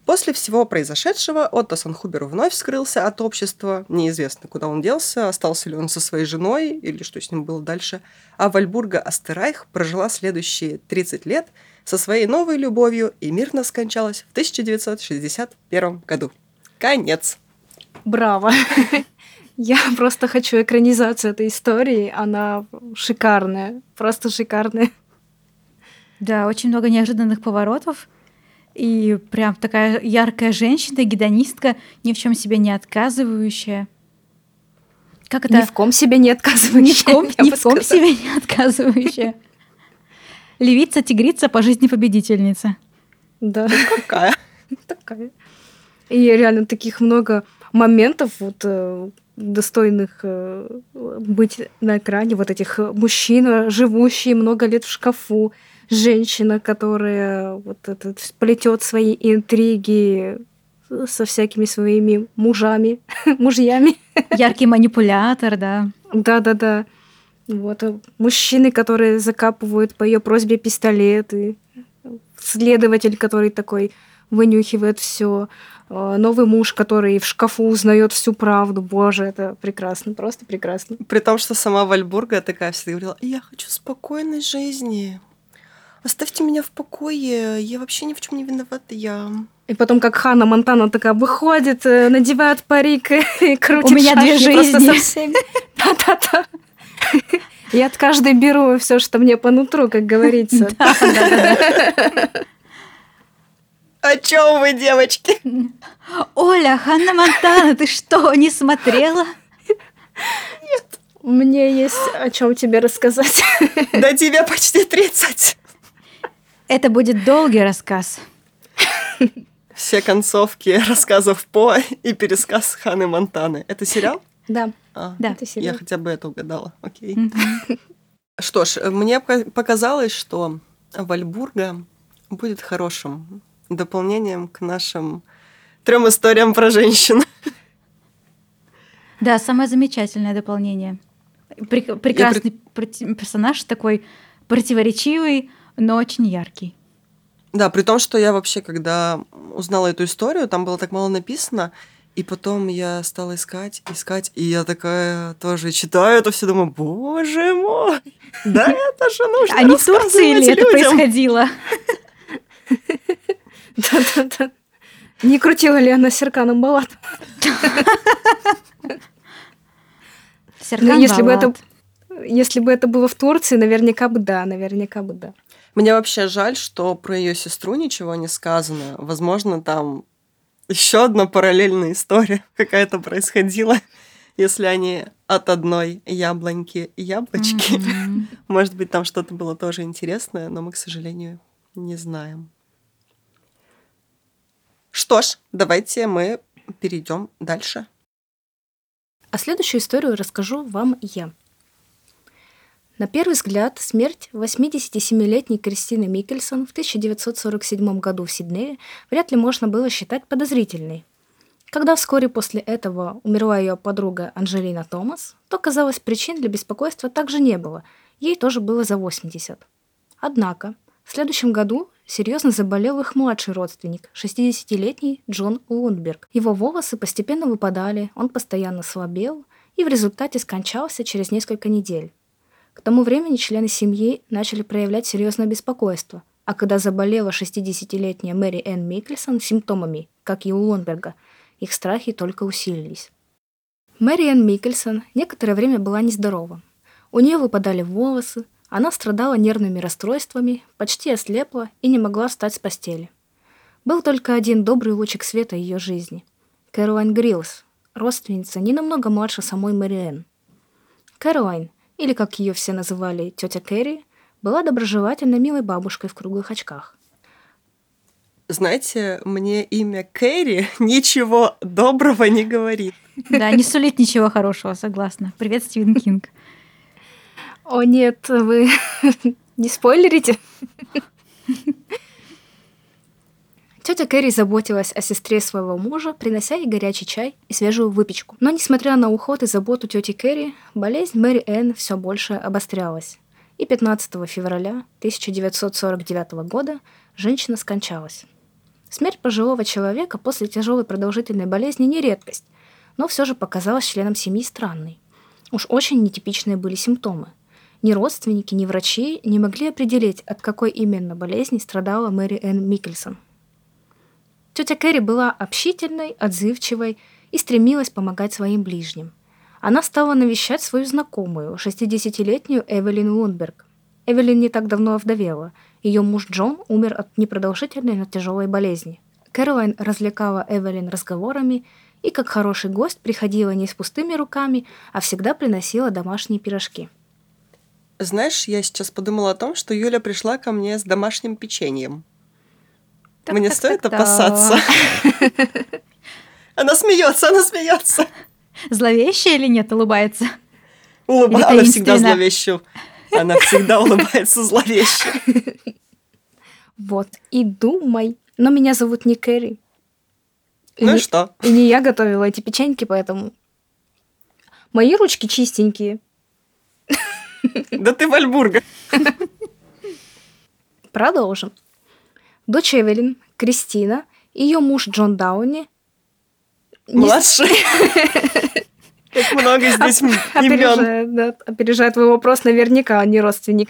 После всего произошедшего Отто Санхубер вновь скрылся от общества. Неизвестно, куда он делся, остался ли он со своей женой или что с ним было дальше. А Вальбурга Астеррайх прожила следующие тридцать лет со своей новой любовью и мирно скончалась в тысяча девятьсот шестьдесят первом году. Конец. Браво! Я просто хочу экранизацию этой истории. Она шикарная, просто шикарная. Да, очень много неожиданных поворотов. И прям такая яркая женщина, гедонистка, ни в чем себе не отказывающая. Как это? Ни в ком себе не отказывающая. Ни в ком, ни в ком себе не отказывающая. Левица-тигрица по жизни победительница. Да. Какая? Такая. И реально таких много моментов, вот, э, достойных э, быть на экране. Вот этих мужчин, живущие много лет в шкафу, женщина, которая вот этот плетет свои интриги со всякими своими мужами, мужьями. Яркий манипулятор, да. Да-да-да. Вот. Мужчины, которые закапывают по ее просьбе пистолеты. Следователь, который такой вынюхивает все. Новый муж, который в шкафу узнает всю правду. Боже, это прекрасно, просто прекрасно. При том, что сама Вальбурга такая всегда говорила: я хочу спокойной жизни. Оставьте меня в покое, я вообще ни в чем не виновата, я... И потом, как Ханна Монтана такая выходит, надевает парик и крутит У меня две шашни просто жизни. со всеми. Да-да-да. Я от каждой беру все, что мне по нутру, как говорится. О чем вы, девочки? Оля, Ханна Монтана, ты что, не смотрела? Нет. Мне есть о чем тебе рассказать. Да тебе почти тридцать. Это будет долгий рассказ. Все концовки рассказов По и пересказ Ханны Монтаны. Это сериал? Да. А, Да. Это сериал. я хотя бы это угадала. Окей. Мгм. Что ж, мне пока- показалось, что Вальбурга будет хорошим дополнением к нашим трем историям про женщин. Да, самое замечательное дополнение. Прек- прекрасный проти- персонаж, такой противоречивый, но очень яркий. Да, при том, что я вообще, когда узнала эту историю, там было так мало написано, и потом я стала искать, искать, и я такая тоже читаю это все, думаю: боже мой, да это же нужно А не в Турции ли это рассказывать людям. происходило? Да-да-да. Не крутила ли она Серканом Балат? Серкан Ну, если бы Балат. это... Если бы это было в Турции, наверняка бы да, наверняка бы да. Мне вообще жаль, что про ее сестру ничего не сказано. Возможно, там еще одна параллельная история какая-то происходила, если они от одной яблоньки яблочки. Мгм. Может быть, там что-то было тоже интересное, но мы, к сожалению, не знаем. Что ж, давайте мы перейдем дальше. А следующую историю расскажу вам я. На первый взгляд, смерть восьмидесятисемилетней Кристины Микельсон в тысяча девятьсот сорок седьмом году в Сиднее вряд ли можно было считать подозрительной. Когда вскоре после этого умерла ее подруга Анджелина Томас, то, казалось, причин для беспокойства также не было, ей тоже было за восемьдесят. Однако, в следующем году серьезно заболел их младший родственник, шестидесятилетний Джон Лундберг. Его волосы постепенно выпадали, он постоянно слабел и в результате скончался через несколько недель. К тому времени члены семьи начали проявлять серьезное беспокойство, а когда заболела шестидесятилетняя Мэри Энн Микельсон симптомами, как и у Лундберга, их страхи только усилились. Мэри Энн Микельсон некоторое время была нездорова. У нее выпадали волосы, она страдала нервными расстройствами, почти ослепла и не могла встать с постели. Был только один добрый лучик света ее жизни – Кэролайн Гриллс, родственница не намного младше самой Мэри Энн. Кэролайн, или как ее все называли тетя Кэрри, была доброжелательной милой бабушкой в круглых очках. Знаете, мне имя Кэрри ничего доброго не говорит. Да, не сулит ничего хорошего, согласна. Привет, Стивен Кинг. О нет, вы не спойлерите? Тетя Кэрри заботилась о сестре своего мужа, принося ей горячий чай и свежую выпечку. Но, несмотря на уход и заботу тети Кэрри, болезнь Мэри Энн все больше обострялась. И пятнадцатого февраля тысяча девятьсот сорок девятого года женщина скончалась. Смерть пожилого человека после тяжелой продолжительной болезни не редкость, но все же показалась членам семьи странной. Уж очень нетипичные были симптомы. Ни родственники, ни врачи не могли определить, от какой именно болезни страдала Мэри Энн Миккельсон. Тетя Кэрри была общительной, отзывчивой и стремилась помогать своим ближним. Она стала навещать свою знакомую, шестидесятилетнюю Эвелин Лунберг. Эвелин не так давно овдовела. Ее муж Джон умер от непродолжительной, но тяжелой болезни. Кэролайн развлекала Эвелин разговорами и, как хороший гость, приходила не с пустыми руками, а всегда приносила домашние пирожки. Знаешь, я сейчас подумала о том, что Юля пришла ко мне с домашним печеньем. Так, Мне так, стоит так, опасаться? Она смеется, она смеется. Зловеще или нет, улыбается? Улыба... Или Она всегда таинственно? зловеще. Она всегда улыбается зловеще. Вот, и думай. Но меня зовут не Кэрри. И Ну и не- что? И не я готовила эти печеньки, поэтому... Мои ручки чистенькие. Да ты Вальбурга. Продолжим. Дочь Эвелин, Кристина, и ее муж Джон Дауни. не Младший. Как много здесь имен. Опережает, да, опережает твой вопрос, наверняка, а не родственник.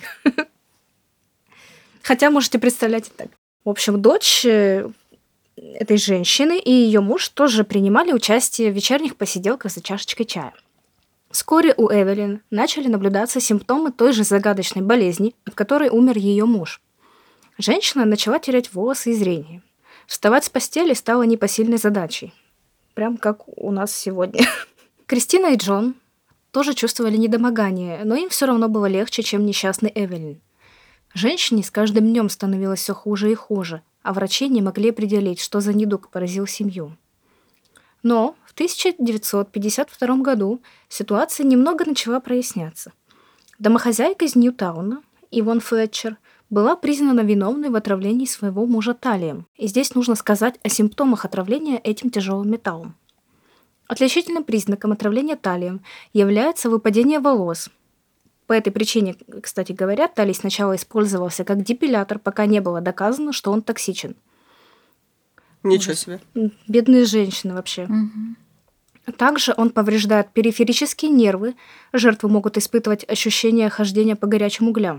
Хотя можете представлять и так. В общем, дочь э, этой женщины и ее муж тоже принимали участие в вечерних посиделках за чашечкой чая. Вскоре у Эвелин начали наблюдаться симптомы той же загадочной болезни, от которой умер ее муж. Женщина начала терять волосы и зрение. Вставать с постели стало непосильной задачей. Прям как у нас сегодня. Кристина и Джон тоже чувствовали недомогание, но им все равно было легче, чем несчастный Эвелин. Женщине с каждым днем становилось все хуже и хуже, а врачи не могли определить, что за недуг поразил семью. Но в тысяча девятьсот пятьдесят втором году ситуация немного начала проясняться. Домохозяйка из Ньютауна, Ивон Флетчер, была признана виновной в отравлении своего мужа талием. И здесь нужно сказать о симптомах отравления этим тяжелым металлом. Отличительным признаком отравления талием является выпадение волос. По этой причине, кстати говоря, талий сначала использовался как депилятор, пока не было доказано, что он токсичен. Ничего себе. Бедные женщины вообще. Мгм. Также он повреждает периферические нервы. Жертвы могут испытывать ощущение хождения по горячим углям.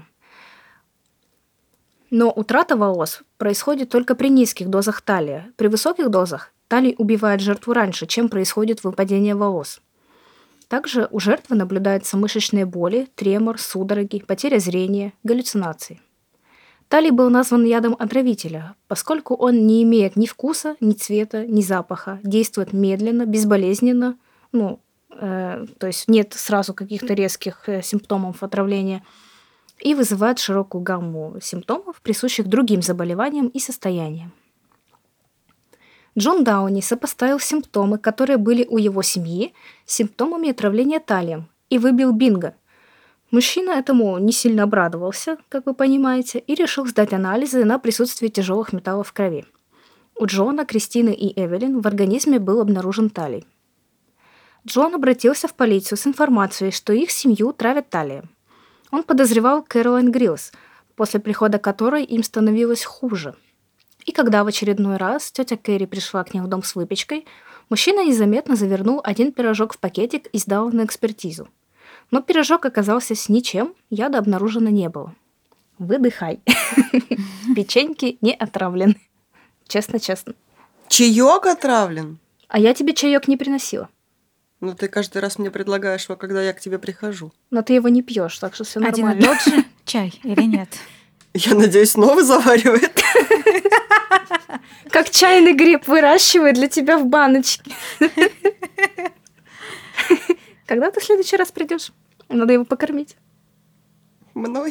Но утрата волос происходит только при низких дозах талия. При высоких дозах талий убивает жертву раньше, чем происходит выпадение волос. Также у жертвы наблюдаются мышечные боли, тремор, судороги, потеря зрения, галлюцинации. Талий был назван ядом отравителя, поскольку он не имеет ни вкуса, ни цвета, ни запаха, действует медленно, безболезненно, ну, э, то есть нет сразу каких-то резких э, симптомов отравления, и вызывает широкую гамму симптомов, присущих другим заболеваниям и состояниям. Джон Дауни сопоставил симптомы, которые были у его семьи, с симптомами отравления талием, и выбил бинго. Мужчина этому не сильно обрадовался, как вы понимаете, и решил сдать анализы на присутствие тяжелых металлов в крови. У Джона, Кристины и Эвелин в организме был обнаружен талий. Джон обратился в полицию с информацией, что их семью травят талием. Он подозревал Кэролайн Гриллс, после прихода которой им становилось хуже. И когда в очередной раз тетя Кэрри пришла к ним в дом с выпечкой, мужчина незаметно завернул один пирожок в пакетик и сдал на экспертизу. Но пирожок оказался с ничем, яда обнаружено не было. Выдыхай. Печеньки не отравлены. Честно-честно. Чаек отравлен? А я тебе чаек не приносила. Ну, ты каждый раз мне предлагаешь его, когда я к тебе прихожу. Но ты его не пьешь, так что все Один и нормально. тот же чай или нет? Я надеюсь, новый заваривает. Как чайный гриб выращивает для тебя в баночке. Когда ты в следующий раз придешь? Надо его покормить. Мной.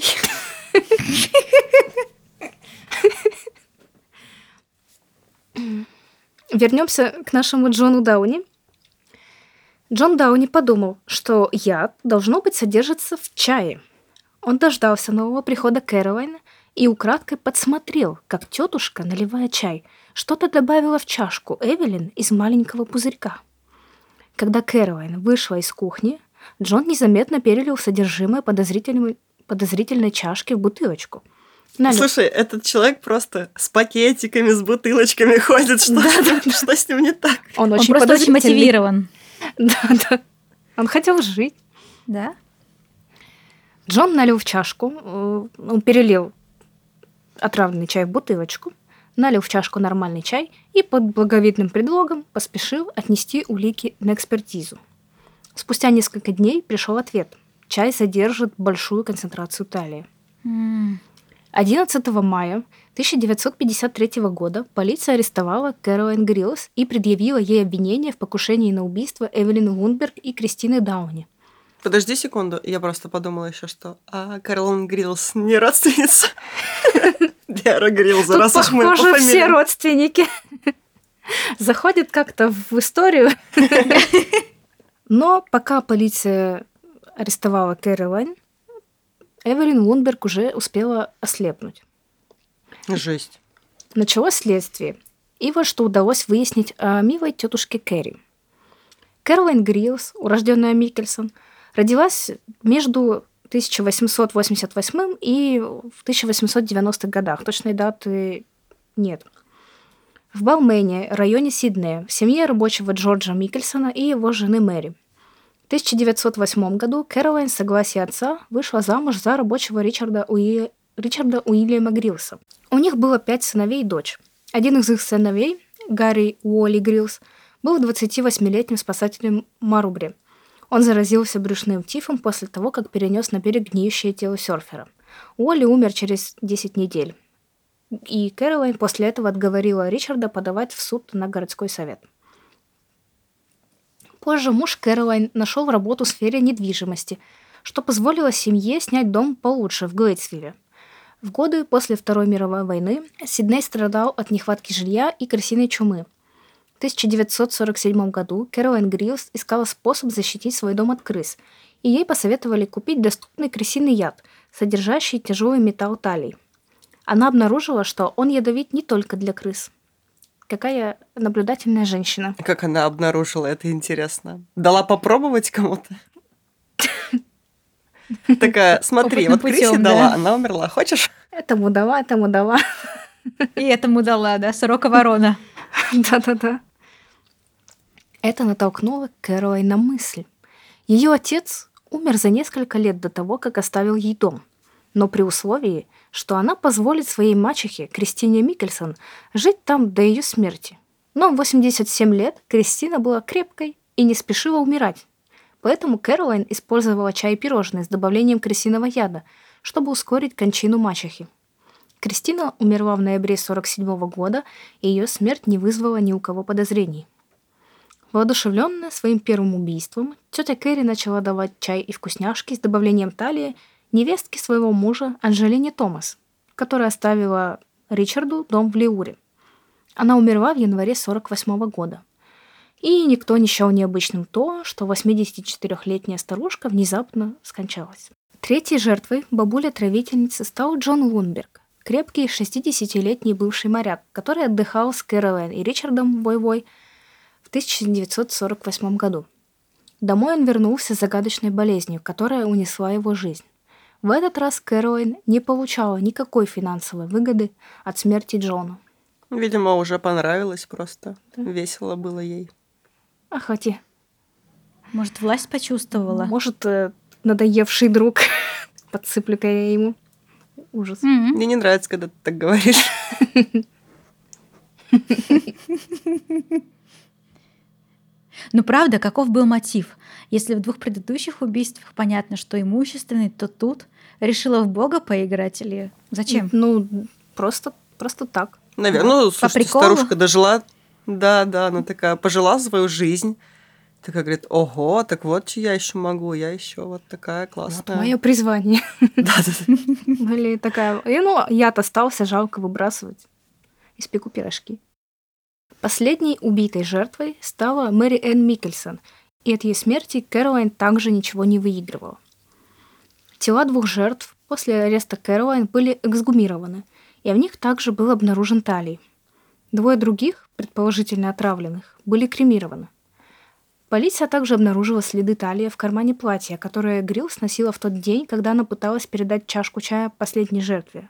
Вернемся к нашему Джону Дауни. Джон Дауни подумал, что яд, должно быть, содержится в чае. Он дождался нового прихода Кэролайн и украдкой подсмотрел, как тетушка, наливая чай, что-то добавила в чашку Эвелин из маленького пузырька. Когда Кэролайн вышла из кухни, Джон незаметно перелил содержимое подозрительной, подозрительной чашки в бутылочку. Налив. Слушай, этот человек просто с пакетиками, с бутылочками ходит. Что, что с ним не так? Он, Он очень просто очень подозрительный. мотивирован. Да, да. Он хотел жить. Да? Джон налил в чашку, э, он перелил отравленный чай в бутылочку, налил в чашку нормальный чай и под благовидным предлогом поспешил отнести улики на экспертизу. Спустя несколько дней пришел ответ. Чай содержит большую концентрацию талии. М. одиннадцатого мая тысяча девятьсот пятьдесят третьего года полиция арестовала Кэролайн Гриллс и предъявила ей обвинение в покушении на убийство Эвелин Лунберг и Кристины Дауни. Подожди секунду, я просто подумала еще, что а Кэролайн Гриллс не родственница Диара Гриллза, Тут, раз уж мы по похоже, все фамилии. родственники заходят как-то в историю. Но пока полиция арестовала Кэролайн, Эвелин Лунберг уже успела ослепнуть. Жесть. Началось следствие. И вот что удалось выяснить о милой тетушке Кэрри. Кэролайн Гриллс, урожденная Микельсон, родилась между тысяча восемьсот восемьдесят восьмым и в тысяча восемьсот девяностых годах. Точной даты нет. В Балмене, районе Сиднея, в семье рабочего Джорджа Микельсона и его жены Мэри. В тысяча девятьсот восьмом году Кэролайн с согласия отца вышла замуж за рабочего Ричарда, Уи... Ричарда Уильяма Гриллса. У них было пять сыновей и дочь. Один из их сыновей, Гарри Уолли Гриллс, был двадцативосьмилетним спасателем Марубри. Он заразился брюшным тифом после того, как перенес на берег гниющее тело серфера. Уолли умер через десять недель. И Кэролайн после этого отговорила Ричарда подавать в суд на городской совет. Позже муж Кэролайн нашел работу в сфере недвижимости, что позволило семье снять дом получше в Глейдсвилле. В годы после Второй мировой войны Сидней страдал от нехватки жилья и крысиной чумы. В тысяча девятьсот сорок седьмом году Кэролайн Гриллс искала способ защитить свой дом от крыс, и ей посоветовали купить доступный крысиный яд, содержащий тяжелый металл талий. Она обнаружила, что он ядовит не только для крыс. Какая наблюдательная женщина. Как она обнаружила это, интересно. Дала попробовать кому-то? Такая, смотри, Опытным вот крысе путём, дала, да. она умерла. Хочешь? Этому дала, этому дала. И этому дала, да, сорока-ворона. Да-да-да. Это натолкнуло Кэролайн на мысль. Ее отец умер за несколько лет до того, как оставил ей дом, но при условии, что она позволит своей мачехе, Кристине Микельсон, жить там до ее смерти. Но в восемьдесят семь лет Кристина была крепкой и не спешила умирать. Поэтому Кэролайн использовала чай и пирожные с добавлением крысиного яда, чтобы ускорить кончину мачехи. Кристина умерла в ноябре сорок седьмого года, и ее смерть не вызвала ни у кого подозрений. Воодушевленная своим первым убийством, тетя Кэрри начала давать чай и вкусняшки с добавлением талии невестке своего мужа Анжелине Томас, которая оставила Ричарду дом в Леуре. Она умерла в январе сорок восьмого года. И никто не счел необычным то, что восьмидесятичетырёхлетняя старушка внезапно скончалась. Третьей жертвой бабуля-травительницы стал Джон Лунберг, крепкий шестидесятилетний бывший моряк, который отдыхал с Кэролайн и Ричардом Вой-Вой в тысяча девятьсот сорок восьмом году. Домой он вернулся с загадочной болезнью, которая унесла его жизнь. В этот раз Кэролайн не получала никакой финансовой выгоды от смерти Джона. Видимо, уже понравилось просто. Весело было ей. Ахати. Может, власть почувствовала? Может, э, надоевший друг. Подсыплю-ка я ему. Ужас. М. Мне не нравится, когда ты так говоришь. Ну правда, каков был мотив? Если в двух предыдущих убийствах понятно, что имущественный, то тут решила в Бога поиграть или зачем? Ну, просто, просто так. Наверное, ну, слушайте, приколу? старушка дожила. Да, да, она такая пожила свою жизнь. Такая говорит, ого, так вот, что я еще могу, я еще вот такая классная. Мое призвание. Да, да, да. Или такая... И, ну, яд остался, жалко выбрасывать. Испеку пирожки. Последней убитой жертвой стала Мэри Энн Микельсон, и от ее смерти Кэролайн также ничего не выигрывала. Тела двух жертв после ареста Кэролайн были эксгумированы, и в них также был обнаружен талий. Двое других, предположительно отравленных, были кремированы. Полиция также обнаружила следы талия в кармане платья, которое Гриллс носила в тот день, когда она пыталась передать чашку чая последней жертве.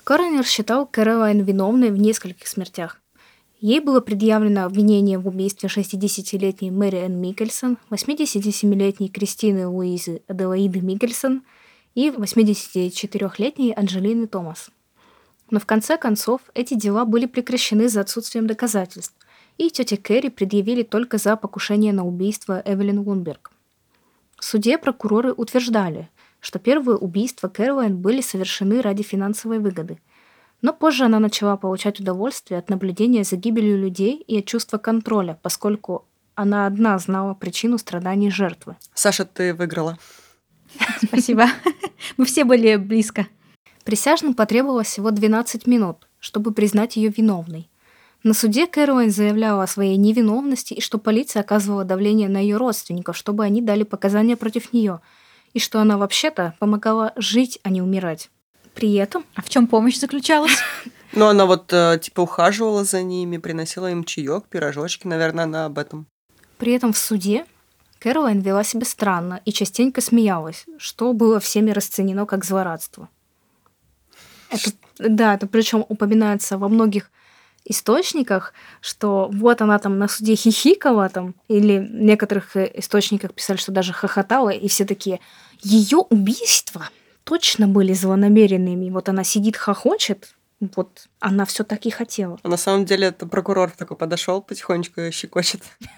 Коронер считал Кэролайн виновной в нескольких смертях. Ей было предъявлено обвинение в убийстве шестидесятилетней Мэри Энн Микельсон, восьмидесятисемилетней Кристины Луизы Аделаиды Микельсон и восьмидесятичетырёхлетней Анджелины Томас. Но в конце концов эти дела были прекращены за отсутствием доказательств, и тете Кэрри предъявили только за покушение на убийство Эвелин Лунберг. В суде прокуроры утверждали, что первые убийства Кэролайн были совершены ради финансовой выгоды, но позже она начала получать удовольствие от наблюдения за гибелью людей и от чувства контроля, поскольку она одна знала причину страданий жертвы. Саша, ты выиграла. Спасибо. Мы все были близко. Присяжным потребовалось всего двенадцать минут, чтобы признать ее виновной. На суде Кэролайн заявляла о своей невиновности и что полиция оказывала давление на ее родственников, чтобы они дали показания против нее, и что она вообще-то помогала жить, а не умирать. При этом... А в чем помощь заключалась? Ну, она вот, э, типа, ухаживала за ними, приносила им чаек, пирожочки, наверное, она об этом. При этом в суде Кэролайн вела себя странно и частенько смеялась, что было всеми расценено как злорадство. Это, да, это причем упоминается во многих источниках, что вот она там на суде хихикала, там, или в некоторых источниках писали, что даже хохотала, и все такие, ее убийства точно были злонамеренными. Вот она сидит, хохочет, вот она все так и хотела. А на самом деле это прокурор такой подошел, потихонечку её щекочет.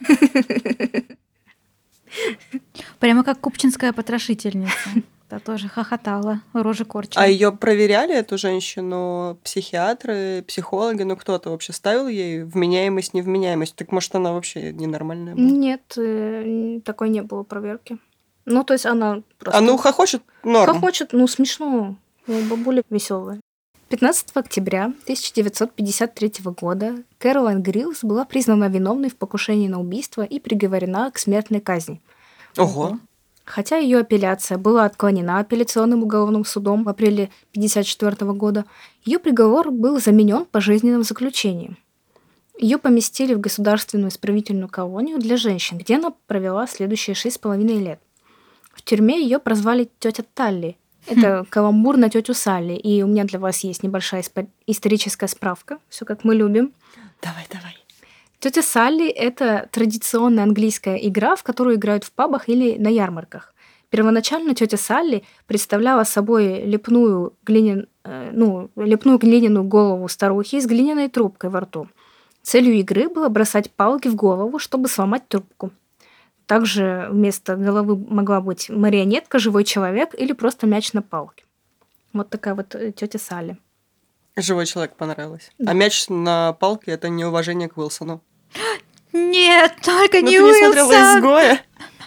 Прямо как купчинская потрошительница. Та тоже хохотала, рожи корчила. А ее проверяли, эту женщину, психиатры, психологи, ну кто-то вообще ставил ей вменяемость, невменяемость? Так может, она вообще ненормальная была? Нет, э, такой не было проверки. Ну, то есть она просто... А ну, хохочет норм. Хохочет, ну, смешно. Ну, бабуля веселая. пятнадцатого октября тысяча девятьсот пятьдесят третьего года Кэролайн Гриллс была признана виновной в покушении на убийство и приговорена к смертной казни. Ого. Хотя ее апелляция была отклонена апелляционным уголовным судом в апреле тысяча девятьсот пятьдесят четвёртого года, ее приговор был заменен пожизненным заключением. Ее поместили в государственную исправительную колонию для женщин, где она провела следующие шесть с половиной лет. В тюрьме ее прозвали тетя Талли. Это каламбур на тетю Салли. И у меня для вас есть небольшая историческая справка. Все как мы любим. Давай, давай. Тетя Салли — это традиционная английская игра, в которую играют в пабах или на ярмарках. Первоначально тетя Салли представляла собой лепную, глинин, э, ну, лепную глиняную голову старухи с глиняной трубкой во рту. Целью игры было бросать палки в голову, чтобы сломать трубку. Также вместо головы могла быть марионетка, живой человек или просто мяч на палке. Вот такая вот тетя Салли. Живой человек понравилось. Да. А мяч на палке — это неуважение к Уилсону. Нет, только Но не ты Уилсон. не смотрела «Изгоя»?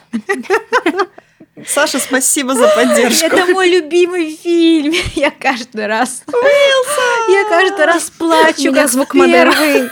Саша, спасибо за поддержку. Это мой любимый фильм. Я каждый раз... Уилсон! Я каждый раз плачу, как звук первый.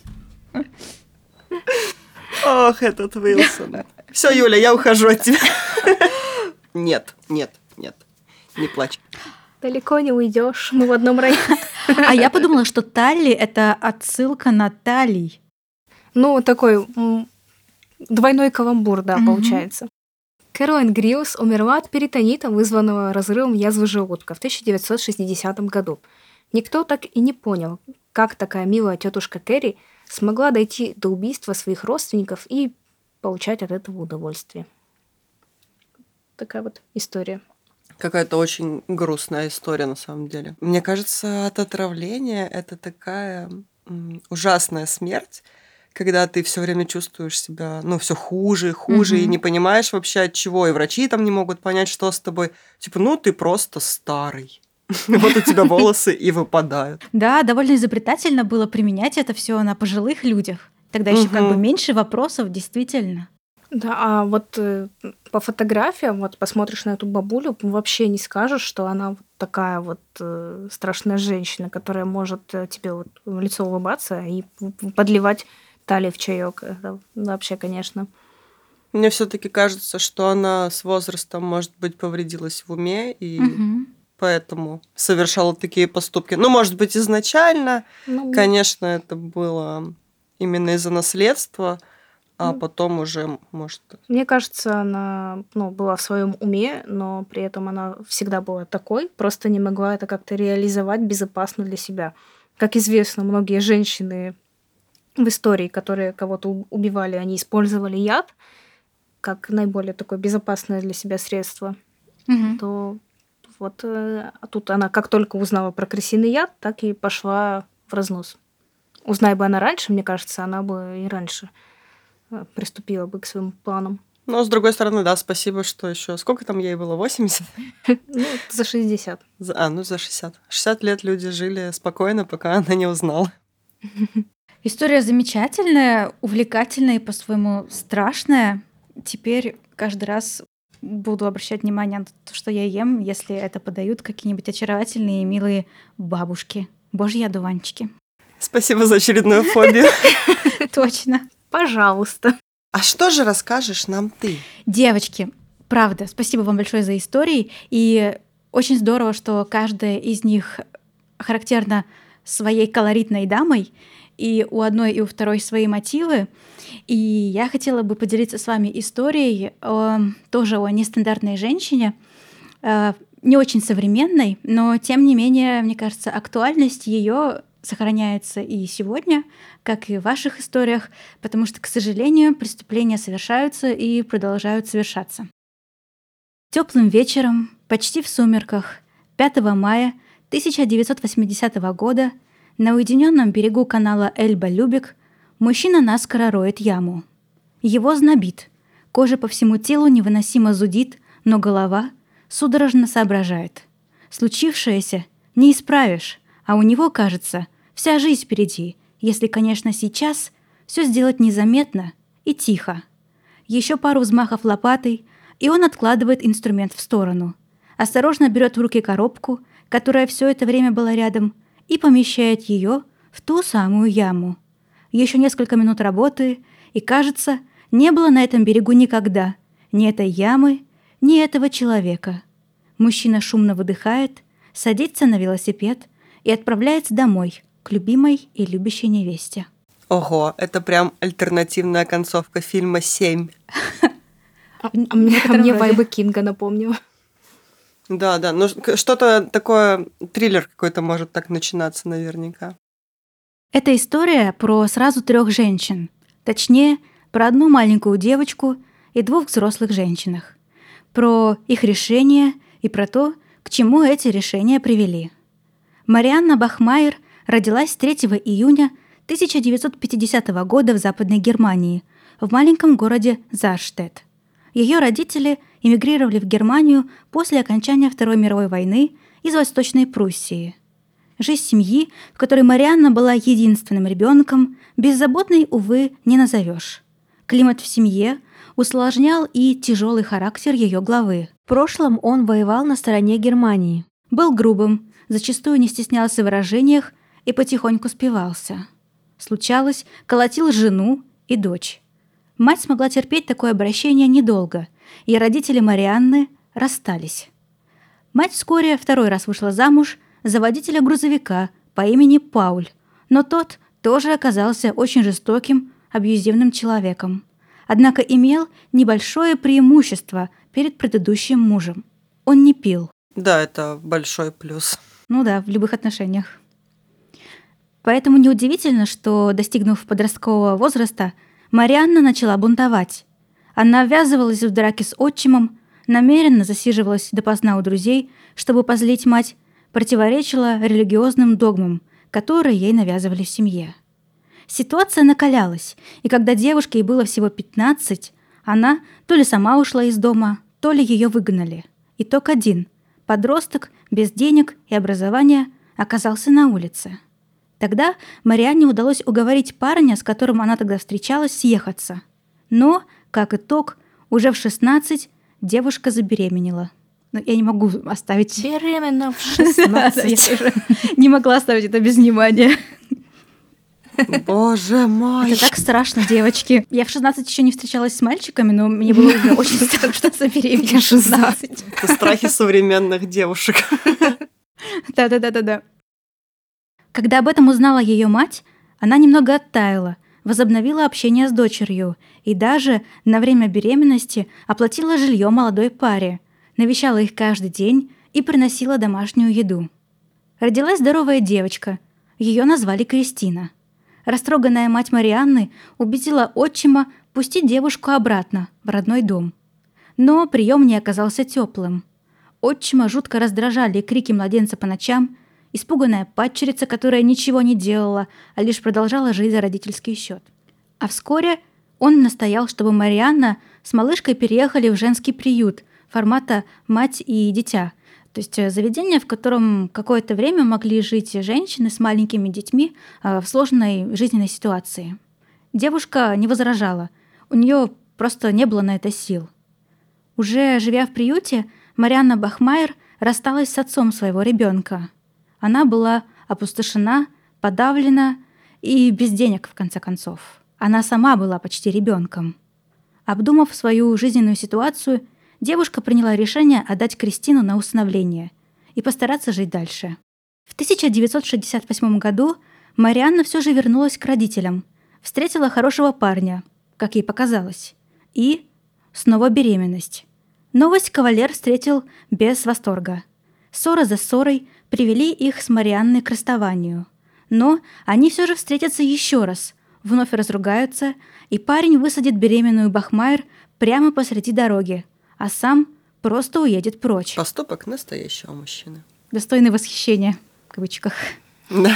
Ох, этот Уилсон. Все, Юля, я ухожу от тебя. Нет, нет, нет. Не плачь. Далеко не уйдешь, мы в одном районе. А я подумала, что Талли — это отсылка на Талий. Ну, такой м, двойной каламбур, да, mm-hmm. получается. Кэролайн Гриллс умерла от перитонита, вызванного разрывом язвы желудка в тысяча девятьсот шестидесятом году. Никто так и не понял, как такая милая тетушка Кэрри смогла дойти до убийства своих родственников и получать от этого удовольствие. Такая вот история. Какая-то очень грустная история, на самом деле. Мне кажется, от отравления это такая м, ужасная смерть, когда ты все время чувствуешь себя, ну, все хуже и хуже, mm-hmm. и не понимаешь вообще от чего, и врачи там не могут понять, что с тобой. Типа, ну, ты просто старый. Вот у тебя волосы и выпадают. Да, довольно изобретательно было применять это все на пожилых людях. Тогда еще как бы меньше вопросов, действительно. Да, а вот э, по фотографиям, вот посмотришь на эту бабулю, вообще не скажешь, что она вот такая вот э, страшная женщина, которая может э, тебе вот в лицо улыбаться и подливать талии в чаек. Это вообще, конечно. Мне все-таки кажется, что она с возрастом, может быть, повредилась в уме и угу. поэтому совершала такие поступки. Ну, может быть, изначально, ну, конечно, это было именно из-за наследства. а потом уже, может... Мне кажется, она ну, была в своем уме, но при этом она всегда была такой, просто не могла это как-то реализовать безопасно для себя. Как известно, многие женщины в истории, которые кого-то у- убивали, они использовали яд как наиболее такое безопасное для себя средство. Мгм. То вот э, а тут она как только узнала про крысиный яд, так и пошла в разнос. Узнай бы она раньше, мне кажется, она бы и раньше э, приступила бы к своим планам. Но, с другой стороны, да, спасибо, что еще... Сколько там ей было? восемьдесят? Ну, за шестьдесят. За- А, ну за шестьдесят. шестьдесят лет люди жили спокойно, пока она не узнала. История замечательная, увлекательная и по-своему страшная. Теперь каждый раз буду обращать внимание на то, что я ем, если это подают какие-нибудь очаровательные и милые бабушки. Божьи одуванчики. Спасибо за очередную фобию. Точно. Пожалуйста. А что же расскажешь нам ты? Девочки, правда, спасибо вам большое за истории. И очень здорово, что каждая из них характерна своей колоритной дамой. И у одной, и у второй свои мотивы. И я хотела бы поделиться с вами историей о- тоже о нестандартной женщине, э, не очень современной, но тем не менее, мне кажется, актуальность ее сохраняется и сегодня, как и в ваших историях, потому что, к сожалению, преступления совершаются и продолжают совершаться. Теплым вечером, почти в сумерках, пятого мая тысяча девятьсот восьмидесятого года на уединенном берегу канала Эльба-Любек мужчина наскоро роет яму. Его знобит, кожа по всему телу невыносимо зудит, но голова судорожно соображает. Случившееся не исправишь, а у него, кажется, вся жизнь впереди, если, конечно, сейчас все сделать незаметно и тихо. Еще пару взмахов лопатой, и он откладывает инструмент в сторону. Осторожно берет в руки коробку, которая все это время была рядом, и помещает ее в ту самую яму. Еще несколько минут работы, и, кажется, не было на этом берегу никогда ни этой ямы, ни этого человека. Мужчина шумно выдыхает, садится на велосипед и отправляется домой к любимой и любящей невесте. Ого, это прям альтернативная концовка фильма «Семь». А, В а мне, а некотором мне роде. вайбы Кинга напомнила. Да, да, ну к- что-то такое, триллер какой-то может так начинаться наверняка. Это история про сразу трех женщин, точнее, про одну маленькую девочку и двух взрослых женщинах, про их решения и про то, к чему эти решения привели. Марианна Бахмайер родилась третьего июня тысяча девятьсот пятидесятого года в Западной Германии, в маленьком городе Зарштедт. Ее родители эмигрировали в Германию после окончания Второй мировой войны из Восточной Пруссии. Жизнь семьи, в которой Марианна была единственным ребенком, беззаботной, увы, не назовешь. Климат в семье усложнял и тяжелый характер ее главы. В прошлом он воевал на стороне Германии. Был грубым, зачастую не стеснялся в выражениях и потихоньку спивался. Случалось, колотил жену и дочь. Мать смогла терпеть такое обращение недолго, и родители Марианны расстались. Мать вскоре второй раз вышла замуж за водителя грузовика по имени Пауль, но тот тоже оказался очень жестоким, абьюзивным человеком. Однако имел небольшое преимущество перед предыдущим мужем. Он не пил. Да, это большой плюс. Ну да, в любых отношениях. Поэтому неудивительно, что, достигнув подросткового возраста, Марианна начала бунтовать. Она ввязывалась в драки с отчимом, намеренно засиживалась допоздна у друзей, чтобы позлить мать, противоречила религиозным догмам, которые ей навязывали в семье. Ситуация накалялась, и когда девушке ей было всего пятнадцать, она то ли сама ушла из дома, то ли ее выгнали. Итог один. Подросток без денег и образования оказался на улице. Тогда Марианне удалось уговорить парня, с которым она тогда встречалась, съехаться. Но, как итог, уже в шестнадцать девушка забеременела. Но я не могу оставить... Беременна в Да, я шестнадцать. тоже не могла оставить это без внимания. Боже мой! Это так страшно, девочки. Я в шестнадцать еще не встречалась с мальчиками, но мне было уже очень страшно забеременеть в шестнадцать. Это страхи современных девушек. Да-да-да-да-да. Когда об этом узнала ее мать, она немного оттаяла, возобновила общение с дочерью и даже на время беременности оплатила жилье молодой паре, навещала их каждый день и приносила домашнюю еду. Родилась здоровая девочка, ее назвали Кристина. Растроганная мать Марианны убедила отчима пустить девушку обратно в родной дом. Но прием не оказался теплым. Отчима жутко раздражали крики младенца по ночам, испуганная падчерица, которая ничего не делала, а лишь продолжала жить за родительский счет. А вскоре он настоял, чтобы Марианна с малышкой переехали в женский приют формата «мать и дитя», то есть заведение, в котором какое-то время могли жить женщины с маленькими детьми в сложной жизненной ситуации. Девушка не возражала, у нее просто не было на это сил. Уже живя в приюте, Марианна Бахмайер рассталась с отцом своего ребенка. Она была опустошена, подавлена и без денег, в конце концов. Она сама была почти ребенком. Обдумав свою жизненную ситуацию, девушка приняла решение отдать Кристину на усыновление и постараться жить дальше. В тысяча девятьсот шестьдесят восьмом году Марианна все же вернулась к родителям, встретила хорошего парня, как ей показалось, и снова беременность. Новость кавалер встретил без восторга. Ссора за ссорой привели их с Марианной к расставанию. Но они все же встретятся еще раз, вновь разругаются, и парень высадит беременную Бахмайер прямо посреди дороги, а сам просто уедет прочь. Поступок настоящего мужчины. Достойный восхищения, в кавычках. Да.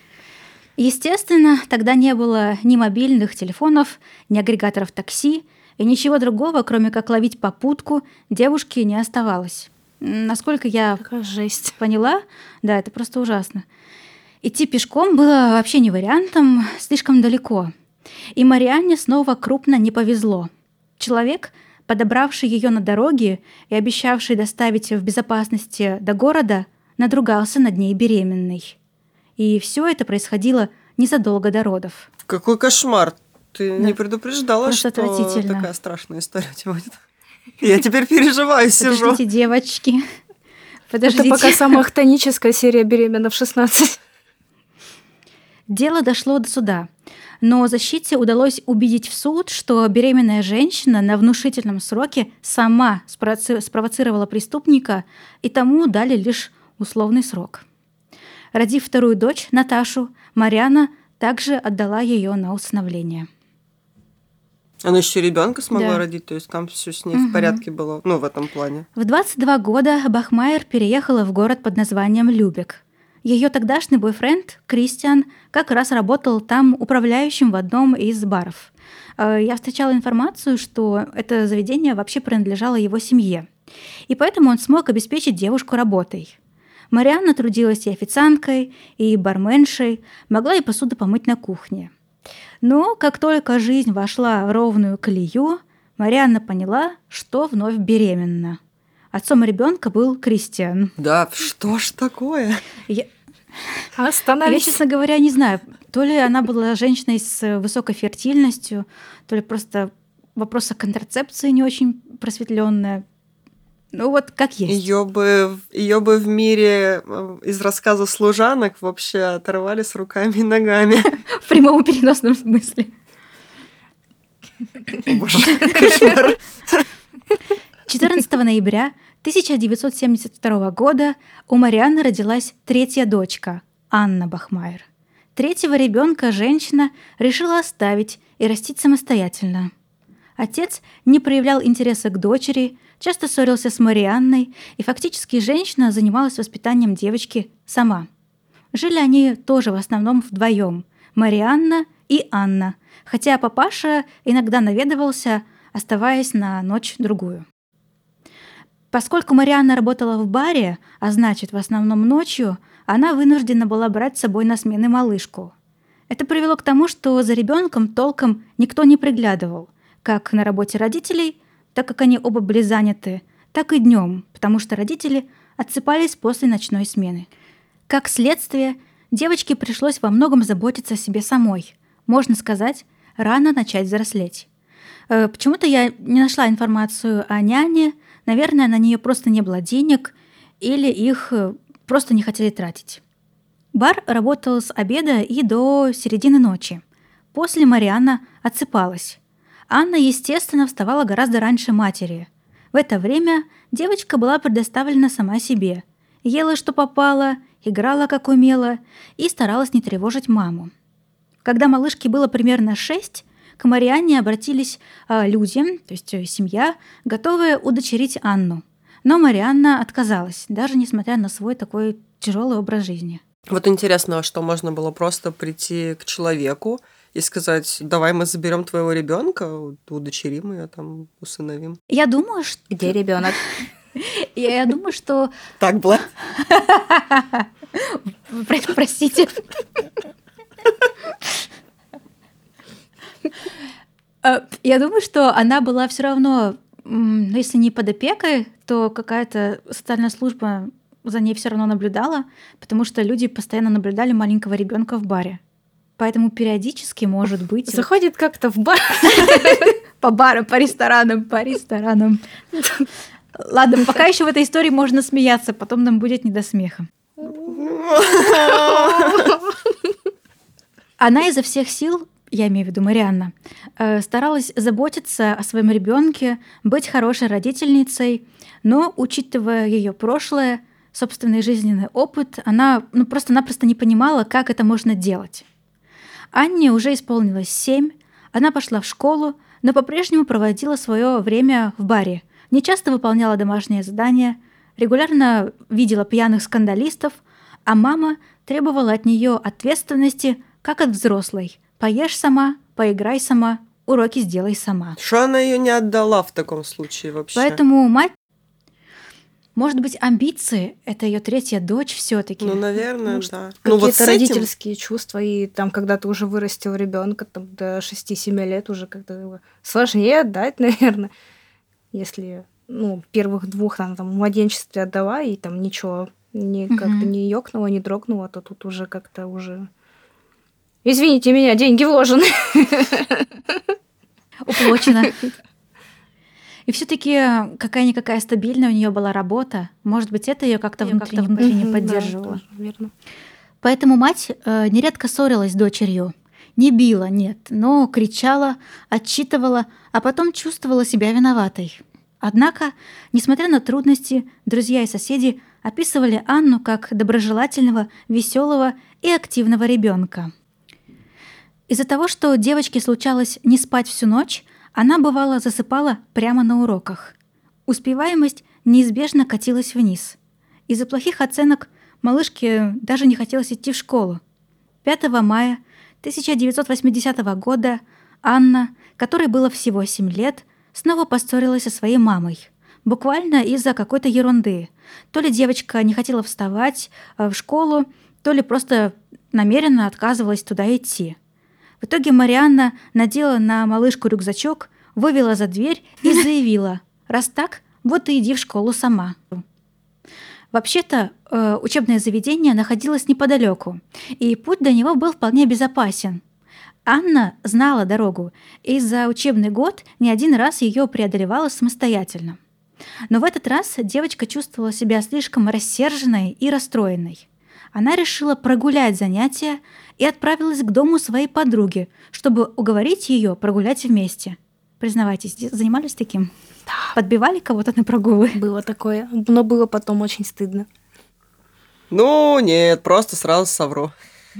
Естественно, тогда не было ни мобильных телефонов, ни агрегаторов такси, и ничего другого, кроме как ловить попутку, девушке не оставалось. Насколько я Какая жесть. поняла, да, это просто ужасно. Идти пешком было вообще не вариантом, слишком далеко. И Марианне снова крупно не повезло. Человек, подобравший ее на дороге и обещавший доставить в безопасности до города, надругался над ней беременной. И все это происходило незадолго до родов. Какой кошмар! Ты Да. не предупреждала, Просто что отвратительно. такая страшная история у тебя будет. Я теперь переживаю, сижу. Подождите, девочки. Подождите. Это пока самая хтоническая серия «Беременна в шестнадцать». Дело дошло до суда, но защите удалось убедить в суд, что беременная женщина на внушительном сроке сама спровоци- спровоцировала преступника, и тому дали лишь условный срок. Родив вторую дочь, Наташу, Марианна также отдала ее на усыновление. Она еще ребенка смогла Да. родить, то есть там все с ней Мгм. в порядке было, ну, в этом плане. В двадцать два года Бахмайер переехала в город под названием Любек. Ее тогдашний бойфренд, Кристиан, как раз работал там управляющим в одном из баров. Э, Я встречала информацию, что это заведение вообще принадлежало его семье. И поэтому он смог обеспечить девушку работой. Марианна трудилась и официанткой, и барменшей, могла и посуду помыть на кухне. Но как только жизнь вошла в ровную колею, Марианна поняла, что вновь беременна. Отцом ребенка был Кристиан. Да, что ж такое? Я, я, Остановись. честно говоря, не знаю, то ли она была женщиной с высокой фертильностью, то ли просто вопрос о контрацепции не очень просветленная. Ну вот как есть. Ее бы, ее бы в мире э, из рассказа служанок вообще оторвали с руками и ногами. В прямом и переносном смысле. О, боже, кошмар. четырнадцатого ноября тысяча девятьсот семьдесят второго года у Марианны родилась третья дочка, Анна Бахмайер. Третьего ребенка женщина решила оставить и растить самостоятельно. Отец не проявлял интереса к дочери, часто ссорился с Марианной, и фактически женщина занималась воспитанием девочки сама. Жили они тоже в основном вдвоем – Марианна и Анна, хотя папаша иногда наведывался, оставаясь на ночь-другую. Поскольку Марианна работала в баре, а значит, в основном ночью, она вынуждена была брать с собой на смены малышку. Это привело к тому, что за ребенком толком никто не приглядывал, как на работе родителей, так как они оба были заняты, так и днем, потому что родители отсыпались после ночной смены. Как следствие, девочке пришлось во многом заботиться о себе самой, можно сказать, рано начать взрослеть. Э, Почему-то я не нашла информацию о няне, наверное, на нее просто не было денег или их э, просто не хотели тратить. Бар работал с обеда и до середины ночи. После Марианна отсыпалась. Анна, естественно, вставала гораздо раньше матери. В это время девочка была предоставлена сама себе. Ела, что попало, играла, как умела, и старалась не тревожить маму. Когда малышке было примерно шесть, к Марианне обратились э, люди, то есть э, семья, готовая удочерить Анну. Но Марианна отказалась, даже несмотря на свой такой тяжелый образ жизни. Вот интересно, а что можно было просто прийти к человеку и сказать: давай мы заберем твоего ребенка, удочерим ее, там, усыновим. Я думаю, что... Где ребенок? Я, я думаю, что... Так было. Простите. Я думаю, что она была все равно, если не под опекой, то какая-то социальная служба за ней все равно наблюдала, потому что люди постоянно наблюдали маленького ребенка в баре. Поэтому периодически, может быть... Заходит как-то в бар. По барам, по ресторанам, по ресторанам. Ладно, пока еще в этой истории можно смеяться, потом нам будет не до смеха. Она изо всех сил, я имею в виду Марианна, старалась заботиться о своем ребенке, быть хорошей родительницей, но, учитывая ее прошлое, собственный жизненный опыт, она ну, просто-напросто не понимала, как это можно делать. Анне уже исполнилось семь, она пошла в школу, но по-прежнему проводила свое время в баре, нечасто выполняла домашние задания, регулярно видела пьяных скандалистов, а мама требовала от нее ответственности, как от взрослой. Поешь сама, поиграй сама, уроки сделай сама. Что она ее не отдала в таком случае вообще? Поэтому мать, может быть, амбиции — это ее третья дочь все-таки. Ну, наверное, Может, да. Какие-то Ну, вот с этим... родительские чувства, и там, когда ты уже вырастил ребенка, там до шести-семи лет уже как-то его сложнее отдать, наверное, если ну первых двух там, там в младенчестве отдала, и там ничего не Мгм. как-то не ёкнуло, не дрогнуло, то тут уже как-то уже извините меня, деньги вложены. Уплочено. И все-таки какая-никакая стабильная у нее была работа. Может быть, это ее как-то Её внутри, как-то внутренне Мгм, да, поддерживало. тоже верно. Поэтому мать э, нередко ссорилась с дочерью. Не била, нет, но кричала, отчитывала, а потом чувствовала себя виноватой. Однако, несмотря на трудности, друзья и соседи описывали Анну как доброжелательного, веселого и активного ребенка. Из-за того, что девочке случалось не спать всю ночь, она, бывало, засыпала прямо на уроках. Успеваемость неизбежно катилась вниз. Из-за плохих оценок малышке даже не хотелось идти в школу. пятого мая тысяча девятьсот восьмидесятого года Анна, которой было всего семь лет, снова поссорилась со своей мамой. Буквально из-за какой-то ерунды. То ли девочка не хотела вставать э, в школу, то ли просто намеренно отказывалась туда идти. В итоге Марианна надела на малышку рюкзачок, вывела за дверь и заявила: «Раз так, вот и иди в школу сама». Вообще-то э, учебное заведение находилось неподалеку, и путь до него был вполне безопасен. Анна знала дорогу, и за учебный год не один раз ее преодолевала самостоятельно. Но в этот раз девочка чувствовала себя слишком рассерженной и расстроенной. Она решила прогулять занятия и отправилась к дому своей подруги, чтобы уговорить ее прогулять вместе. Признавайтесь, занимались таким? Да. Подбивали кого-то на прогулы? Было такое, но было потом очень стыдно. Ну, нет, просто сразу совру.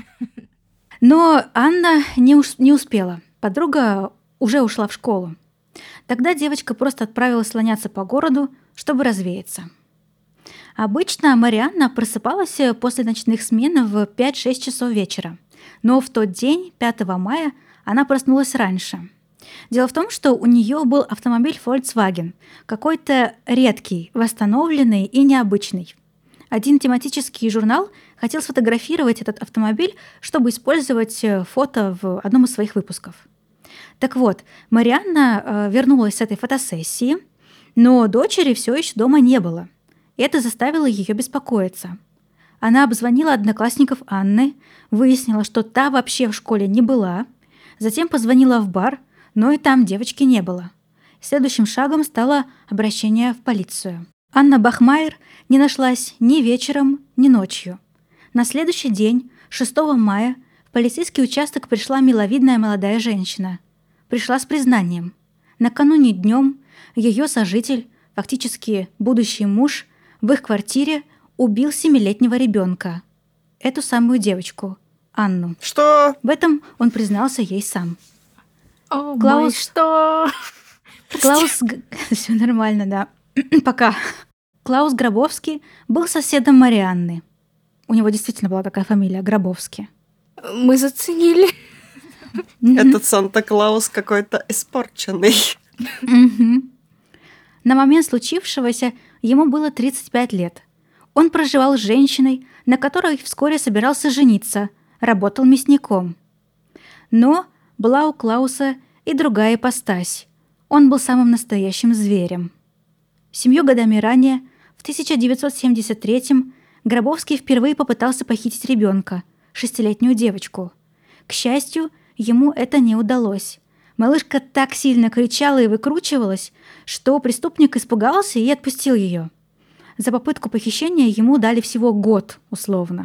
Но Анна не, уж, не успела. Подруга уже ушла в школу. Тогда девочка просто отправилась слоняться по городу, чтобы развеяться. Обычно Марианна просыпалась после ночных смен в пять-шесть часов вечера. Но в тот день, пятого мая, она проснулась раньше. Дело в том, что у нее был автомобиль Volkswagen, какой-то редкий, восстановленный и необычный. Один тематический журнал хотел сфотографировать этот автомобиль, чтобы использовать фото в одном из своих выпусков. Так вот, Марианна э, вернулась с этой фотосессии, но дочери все еще дома не было. И это заставило ее беспокоиться. Она обзвонила одноклассников Анны, выяснила, что та вообще в школе не была, затем позвонила в бар, но и там девочки не было. Следующим шагом стало обращение в полицию. Анна Бахмайер не нашлась ни вечером, ни ночью. На следующий день, шестого мая, в В полицейский участок пришла миловидная молодая женщина. Пришла с признанием. Накануне днем ее сожитель, фактически будущий муж, в их квартире убил семилетнего ребенка. Эту самую девочку, Анну. Что? В этом он признался ей сам. О, Клаус- мой, что? Клаус... Все нормально, да. Пока. Клаус Гробовский был соседом Марианны. У него действительно была такая фамилия, Гробовский. Мы заценили. Этот Санта-Клаус какой-то испорченный. Мгм. На момент случившегося ему было тридцать пять лет. Он проживал с женщиной, на которой вскоре собирался жениться, работал мясником. Но была у Клауса и другая ипостась. Он был самым настоящим зверем. Семью годами ранее, в тысяча девятьсот семьдесят третьем, Гробовский впервые попытался похитить ребенка, шестилетнюю девочку. К счастью, ему это не удалось. Малышка так сильно кричала и выкручивалась, что преступник испугался и отпустил ее. За попытку похищения ему дали всего год условно.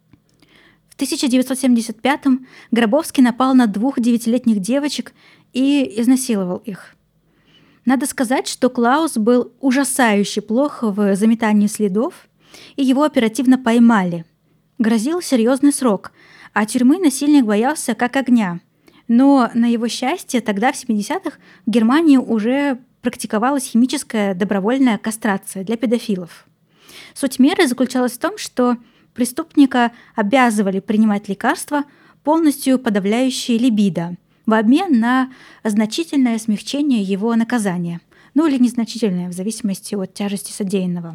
В тысяча девятьсот семьдесят пятом Гробовский напал на двух девятилетних девочек и изнасиловал их. Надо сказать, что Клаус был ужасающе плох в заметании следов, и его оперативно поймали. Грозил серьезный срок, а тюрьмы насильник боялся как огня. Но, на его счастье, тогда, в семидесятых, в Германии уже практиковалась химическая добровольная кастрация для педофилов. Суть меры заключалась в том, что преступника обязывали принимать лекарства, полностью подавляющие либидо, в обмен на значительное смягчение его наказания. Ну или незначительное, в зависимости от тяжести содеянного.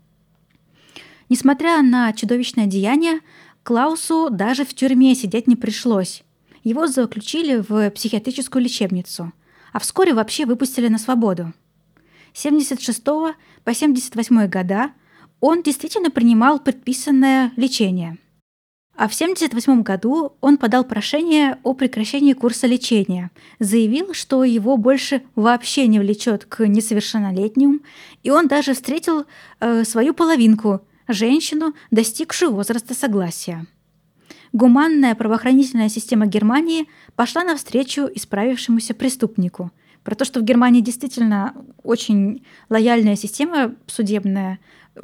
Несмотря на чудовищное деяние, Клаусу даже в тюрьме сидеть не пришлось. Его заключили в психиатрическую лечебницу, а вскоре вообще выпустили на свободу. С семьдесят шестого по семьдесят восьмой года он действительно принимал предписанное лечение. А в семьдесят восьмом году он подал прошение о прекращении курса лечения, заявил, что его больше вообще не влечет к несовершеннолетним, и он даже встретил э, свою половинку, женщину, достигшую возраста согласия. Гуманная правоохранительная система Германии пошла навстречу исправившемуся преступнику. Про то, что в Германии действительно очень лояльная система судебная,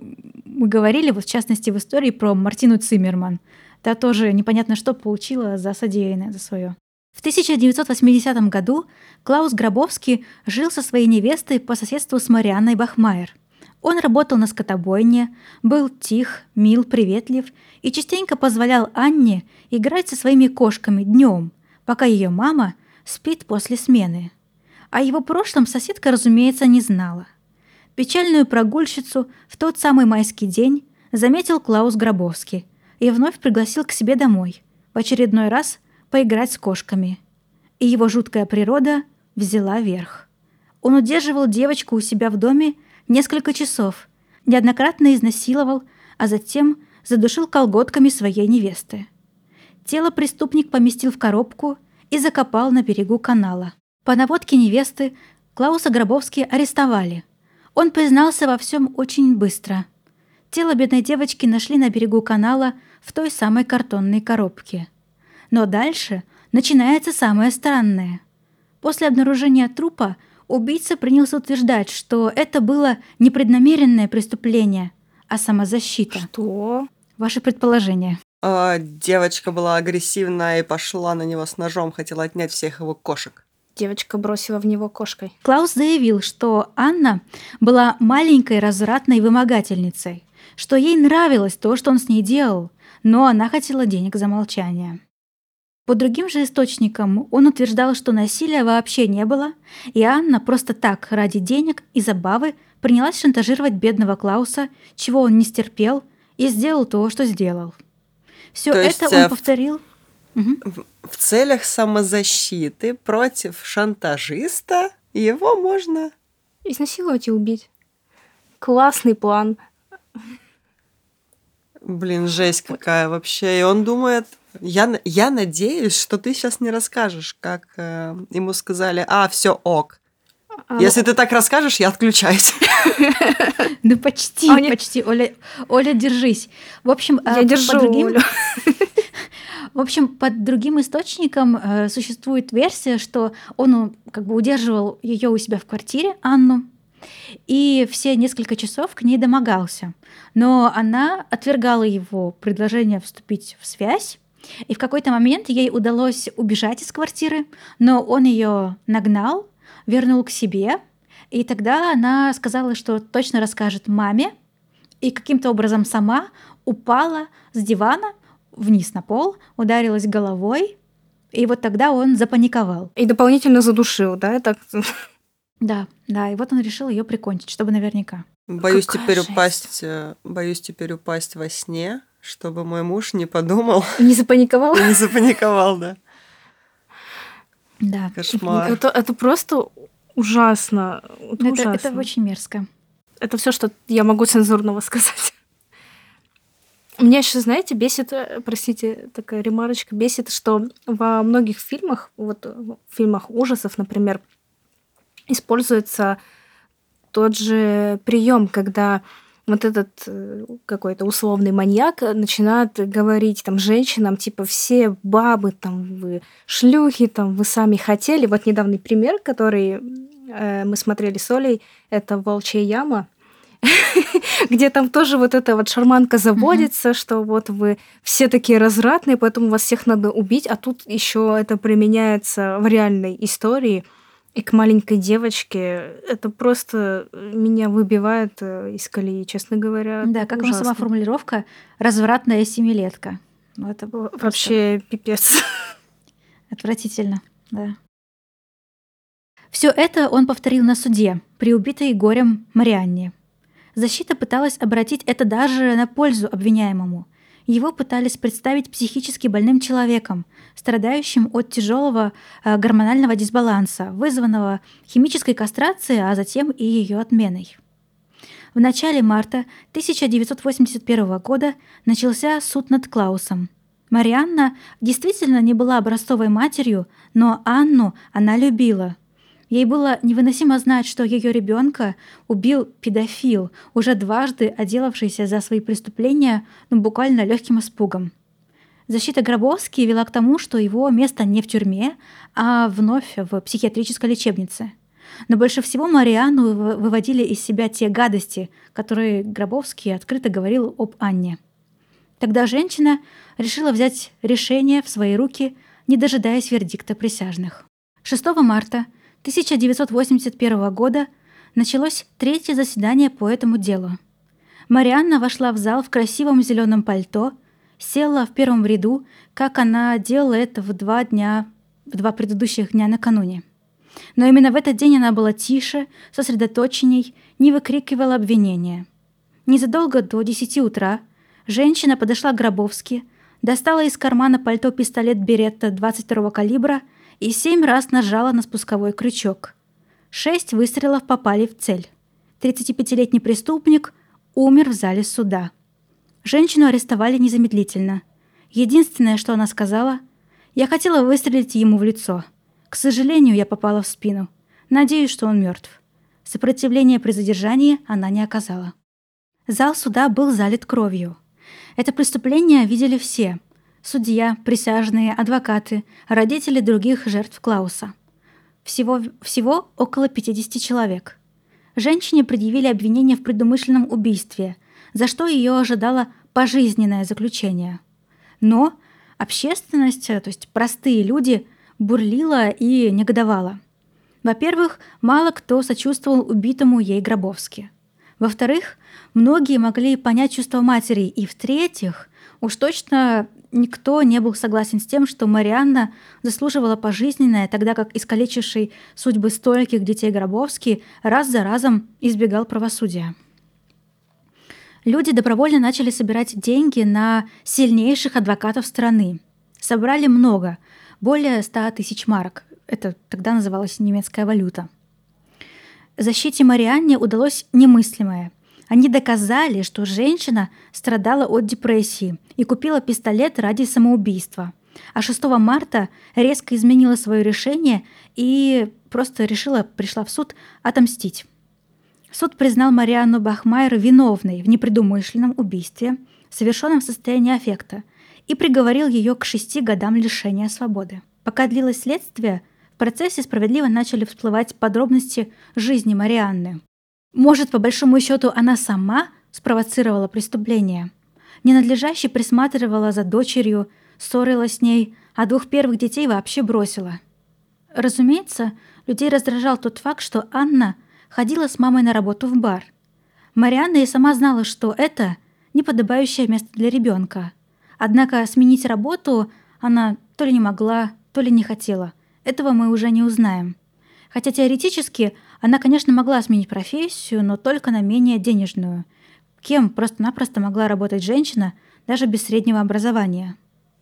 мы говорили, вот в частности в истории про Мартину Циммерман. Та тоже непонятно что получила за содеянное, за свое. В тысяча девятьсот восьмидесятом году Клаус Гробовский жил со своей невестой по соседству с Марианной Бахмайер. Он работал на скотобойне, был тих, мил, приветлив и частенько позволял Анне играть со своими кошками днем, пока ее мама спит после смены. О его прошлом соседка, разумеется, не знала. Печальную прогульщицу в тот самый майский день заметил Клаус Гробовский и вновь пригласил к себе домой, в очередной раз поиграть с кошками. И его жуткая природа взяла верх. Он удерживал девочку у себя в доме несколько часов, неоднократно изнасиловал, а затем задушил колготками своей невесты. Тело преступник поместил в коробку и закопал на берегу канала. По наводке невесты Клауса Гробовский арестовали. Он признался во всем очень быстро. Тело бедной девочки нашли на берегу канала в той самой картонной коробке. Но дальше начинается самое странное. После обнаружения трупа убийца принялся утверждать, что это было непреднамеренное преступление, а самозащита. Что? Ваши предположения? А, девочка была агрессивная и пошла на него с ножом, хотела отнять всех его кошек. Девочка бросила в него кошкой. Клаус заявил, что Анна была маленькой развратной вымогательницей, что ей нравилось то, что он с ней делал, но она хотела денег за молчание. По другим же источникам он утверждал, что насилия вообще не было, и Анна просто так, ради денег и забавы, принялась шантажировать бедного Клауса, чего он не стерпел, и сделал то, что сделал. Все То это есть, он э, повторил. Мгм. В, в целях самозащиты против шантажиста его можно... Изнасиловать и убить. Классный план. Блин, жесть какая вообще. И он думает... Я, на- я надеюсь, что ты сейчас не расскажешь, как э, ему сказали, а, все ок. А, Если ты так расскажешь, я отключаюсь. Ну почти, А у них- почти. Оля, Оля, держись. В общем, Я а, держу по другим, Олю. В общем, под другим источником э, существует версия, что он ну, как бы удерживал ее у себя в квартире, Анну, и все несколько часов к ней домогался. Но она отвергала его предложение вступить в связь, и в какой-то момент ей удалось убежать из квартиры, но он ее нагнал, вернул к себе, и тогда она сказала, что точно расскажет маме, и каким-то образом сама упала с дивана вниз на пол, ударилась головой, и вот тогда он запаниковал. И дополнительно задушил, да? Так... Да, да, и вот он решил ее прикончить, чтобы наверняка. Боюсь Какая теперь жесть. упасть, э, боюсь теперь упасть во сне, чтобы мой муж не подумал И не запаниковал? и не запаниковал, да. Да, Кошмар. Это, это просто ужасно. Это, это, ужасно. это очень мерзко. Это все, что я могу цензурного сказать. Меня еще, знаете, бесит, э, простите, такая ремарочка, бесит, что во многих фильмах, вот в фильмах ужасов, например, используется тот же прием, когда вот этот э, какой-то условный маньяк начинает говорить там женщинам, типа, все бабы, там, вы шлюхи, там, вы сами хотели. Вот недавний пример, который э, мы смотрели с Олей, это «Волчья яма», где там тоже вот эта вот шарманка заводится, что вот вы все такие развратные, поэтому вас всех надо убить, а тут еще это применяется в реальной истории. И к маленькой девочке это просто меня выбивает из колеи, честно говоря. Да, как вам сама формулировка «развратная семилетка». Ну, это вообще пипец. Отвратительно, да. Все это он повторил на суде при убитой горем Марианне. Защита пыталась обратить это даже на пользу обвиняемому. Его пытались представить психически больным человеком, страдающим от тяжелого э, гормонального дисбаланса, вызванного химической кастрацией, а затем и ее отменой. В начале марта тысяча девятьсот восемьдесят первого года начался суд над Клаусом. Марианна действительно не была образцовой матерью, но Анну она любила. Ей было невыносимо знать, что ее ребенка убил педофил, уже дважды отделавшийся за свои преступления, ну, буквально легким испугом. Защита Гробовски вела к тому, что его место не в тюрьме, а вновь в психиатрической лечебнице. Но больше всего Марианну выводили из себя те гадости, которые Гробовский открыто говорил об Анне. Тогда женщина решила взять решение в свои руки, не дожидаясь вердикта присяжных. шестого марта тысяча девятьсот восемьдесят первого года началось третье заседание по этому делу. Марианна вошла в зал в красивом зеленом пальто, села в первом ряду, как она делала это в два дня, в два предыдущих дня накануне. Но именно в этот день она была тише, сосредоточенней, не выкрикивала обвинения. Незадолго до десяти утра женщина подошла к Гробовски, достала из кармана пальто пистолет Беретта двадцать второго калибра и семь раз нажала на спусковой крючок. Шесть выстрелов попали в цель. тридцатипятилетний преступник умер в зале суда. Женщину арестовали незамедлительно. Единственное, что она сказала: «Я хотела выстрелить ему в лицо. К сожалению, я попала в спину. Надеюсь, что он мертв». Сопротивления при задержании она не оказала. Зал суда был залит кровью. Это преступление видели все: судья, присяжные, адвокаты, родители других жертв Клауса. Всего, всего около пятидесяти человек. Женщине предъявили обвинение в предумышленном убийстве, за что ее ожидало пожизненное заключение. Но общественность, то есть простые люди, бурлила и негодовала. Во-первых, мало кто сочувствовал убитому ей Гробовски. Во-вторых, многие могли понять чувство матери. И в-третьих, уж точно никто не был согласен с тем, что Марианна заслуживала пожизненное, тогда как искалечивший судьбы стольких детей Гробовский раз за разом избегал правосудия. Люди добровольно начали собирать деньги на сильнейших адвокатов страны. Собрали много, более ста тысяч марок. Это тогда называлась немецкая валюта. Защите Марианне удалось немыслимое. Они доказали, что женщина страдала от депрессии и купила пистолет ради самоубийства. А шестого марта резко изменила свое решение и просто решила, пришла в суд отомстить. Суд признал Марианну Бахмайер виновной в непредумышленном убийстве, совершенном в состоянии аффекта, и приговорил ее к шести годам лишения свободы. Пока длилось следствие, в процессе справедливо начали всплывать подробности жизни Марианны. Может, по большому счету, она сама спровоцировала преступление? Ненадлежаще присматривала за дочерью, ссорилась с ней, а двух первых детей вообще бросила. Разумеется, людей раздражал тот факт, что Анна ходила с мамой на работу в бар. Марианна и сама знала, что это неподобающее место для ребенка. Однако сменить работу она то ли не могла, то ли не хотела. Этого мы уже не узнаем. Хотя теоретически она, конечно, могла сменить профессию, но только на менее денежную. Кем просто-напросто могла работать женщина даже без среднего образования?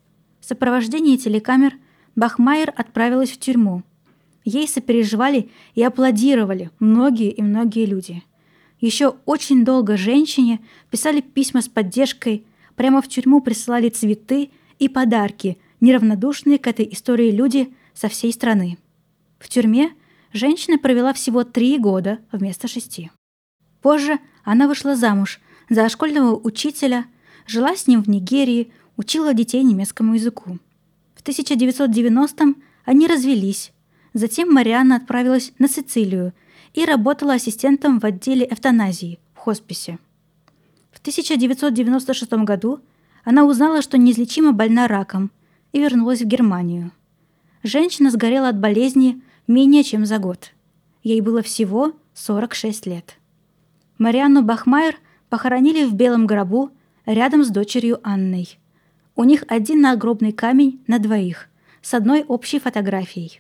В сопровождении телекамер Бахмайер отправилась в тюрьму. Ей сопереживали и аплодировали многие и многие люди. Еще очень долго женщине писали письма с поддержкой, прямо в тюрьму присылали цветы и подарки, неравнодушные к этой истории люди со всей страны. В тюрьме женщина провела всего три года вместо шести. Позже она вышла замуж за школьного учителя, жила с ним в Нигерии, учила детей немецкому языку. В тысяча девятьсот девяностом они развелись. Затем Марианна отправилась на Сицилию и работала ассистентом в отделе эвтаназии в хосписе. В тысяча девятьсот девяносто шестом году она узнала, что неизлечимо больна раком, и вернулась в Германию. Женщина сгорела от болезни менее чем за год. Ей было всего сорок шесть лет. Марианну Бахмайер похоронили в белом гробу рядом с дочерью Анной. У них один надгробный камень на двоих, с одной общей фотографией.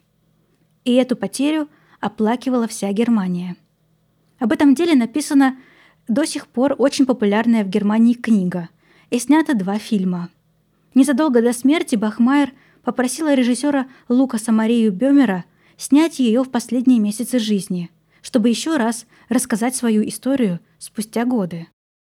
И эту потерю оплакивала вся Германия. Об этом деле написана до сих пор очень популярная в Германии книга, и снято два фильма. Незадолго до смерти Бахмайер попросила режиссера Лукаса Марию Бёмера снять ее в последние месяцы жизни, чтобы еще раз рассказать свою историю спустя годы.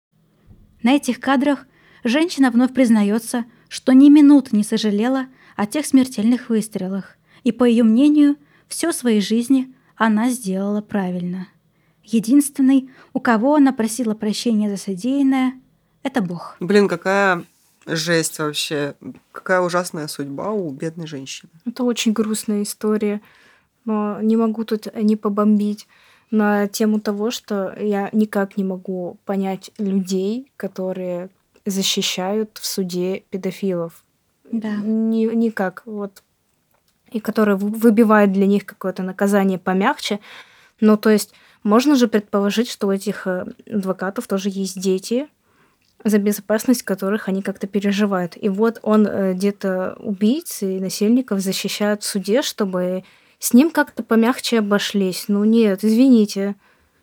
На этих кадрах женщина вновь признается, что ни минуты не сожалела о тех смертельных выстрелах, и, по ее мнению, все в своей жизни она сделала правильно. Единственный, у кого она просила прощения за содеянное, это Бог. Блин, какая жесть вообще. Какая ужасная судьба у бедной женщины. Это очень грустная история, но не могу тут не побомбить на тему того, что я никак не могу понять людей, которые защищают в суде педофилов. Да. Ни, никак. Вот. И которые выбивают для них какое-то наказание помягче. Ну, то есть можно же предположить, что у этих адвокатов тоже есть дети, за безопасность которых они как-то переживают. И вот он где-то убийц и насильников защищает в суде, чтобы с ним как-то помягче обошлись. Ну нет, извините.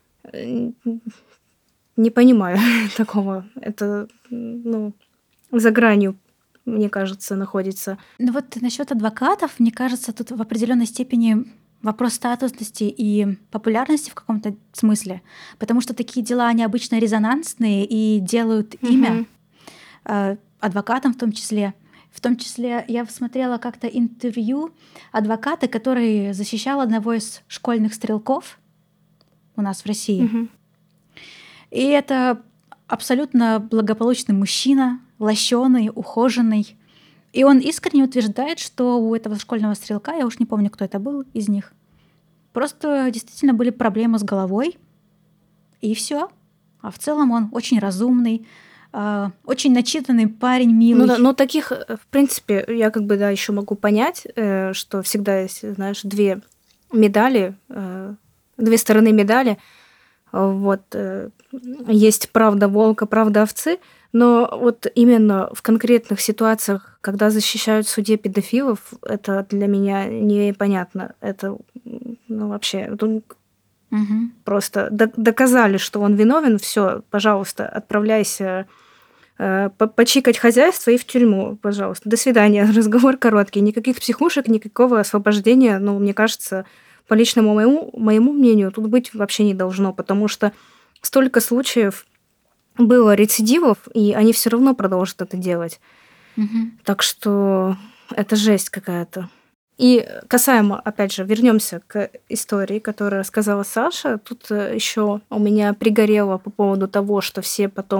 Не понимаю такого. Это, ну, за гранью, мне кажется, находится. Ну вот насчет адвокатов, мне кажется, тут в определенной степени вопрос статусности и популярности в каком-то смысле, потому что такие дела, они обычно резонансные и делают имя э, адвокатам в том числе. В том числе я смотрела как-то интервью адвоката, который защищал одного из школьных стрелков у нас в России. Угу. И это абсолютно благополучный мужчина, лощеный, ухоженный. И он искренне утверждает, что у этого школьного стрелка, я уж не помню, кто это был из них, просто действительно были проблемы с головой, и все. А в целом он очень разумный, э, очень начитанный парень, милый. Ну да, но таких, в принципе, я как бы, да, еще могу понять, э, что всегда есть, знаешь, две медали, э, две стороны медали. Вот, э, есть правда волка, правда овцы, но вот именно в конкретных ситуациях, когда защищают в суде педофилов, это для меня непонятно. Это, ну, вообще, ну, угу. просто до- доказали, что он виновен, все, пожалуйста, отправляйся э, по- почикать хозяйство и в тюрьму, пожалуйста. До свидания, разговор короткий. Никаких психушек, никакого освобождения, ну, мне кажется, по личному моему, моему мнению, тут быть вообще не должно, потому что столько случаев было рецидивов, и они все равно продолжат это делать. Угу. Так что это жесть какая-то. И касаемо, опять же, вернемся к истории, которую рассказала Саша. Тут еще у меня пригорело по поводу того, что все потом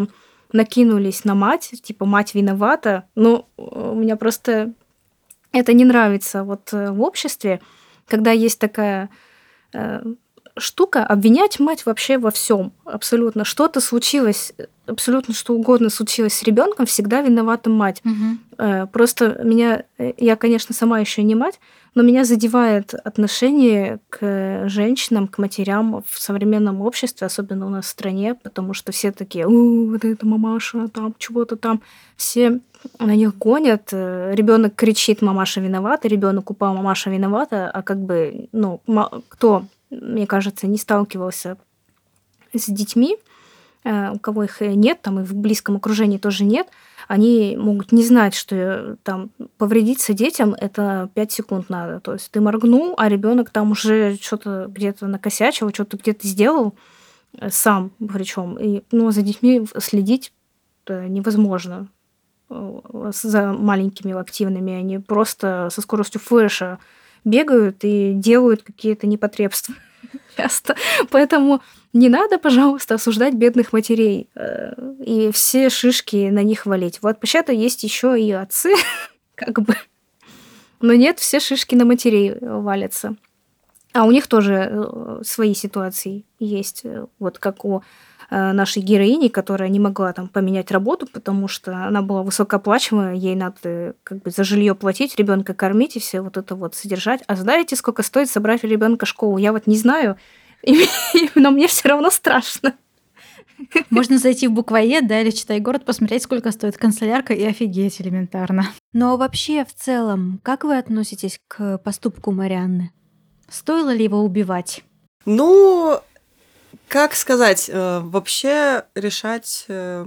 накинулись на мать, типа мать виновата. Ну, у меня просто это не нравится вот э, в обществе, когда есть такая э, штука обвинять мать вообще во всем. Абсолютно. Что-то случилось, абсолютно что угодно случилось с ребенком, всегда виновата мать. Мгм. Э, Просто меня, э, я, конечно, сама еще не мать, но меня задевает отношение к женщинам, к матерям в современном обществе, особенно у нас в стране, потому что все такие, «У, вот эта мамаша, там чего-то там, все на них гонят. Ребенок кричит, мамаша виновата, ребенок упал, мамаша виновата, а как бы, ну, ма- кто, мне кажется, не сталкивался с детьми, э, у кого их нет, там и в близком окружении тоже нет, они могут не знать, что э, там повредиться детям это пять секунд надо. То есть ты моргнул, а ребенок там уже что-то где-то накосячил, что-то где-то сделал э, сам причем. И ну, за детьми следить э, невозможно. Э, За маленькими активными. Они просто со скоростью флеша бегают и делают какие-то непотребства часто. Поэтому не надо, пожалуйста, осуждать бедных матерей э, и все шишки на них валить. Вот вообще-то есть еще и отцы, как бы. Но нет, все шишки на матерей валятся. А у них тоже э, свои ситуации есть. Э, Вот как у э, нашей героини, которая не могла там поменять работу, потому что она была высокооплачиваемая, ей надо э, как бы за жилье платить, ребенка кормить и все вот это вот содержать. А знаете, сколько стоит собрать ребенка в школу? Я вот не знаю, и- но мне все равно страшно. Можно зайти в буквоед, да, или читай город, посмотреть, сколько стоит канцелярка, и офигеть элементарно. Но вообще, в целом, как вы относитесь к поступку Марианны? Стоило ли его убивать? Ну, как сказать, э, вообще решать э,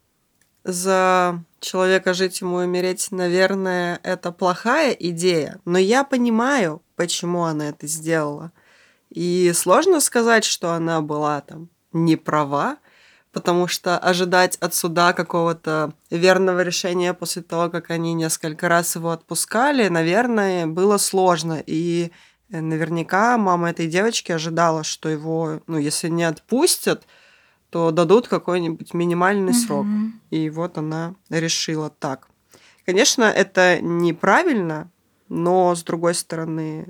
за человека жить ему и умереть, наверное, это плохая идея, но я понимаю, почему она это сделала. И сложно сказать, что она была там не права, потому что ожидать от суда какого-то верного решения после того, как они несколько раз его отпускали, наверное, было сложно. И э, наверняка мама этой девочки ожидала, что его, ну, если не отпустят, то дадут какой-нибудь минимальный срок. Мгм. И вот она решила так. Конечно, это неправильно, но с другой стороны,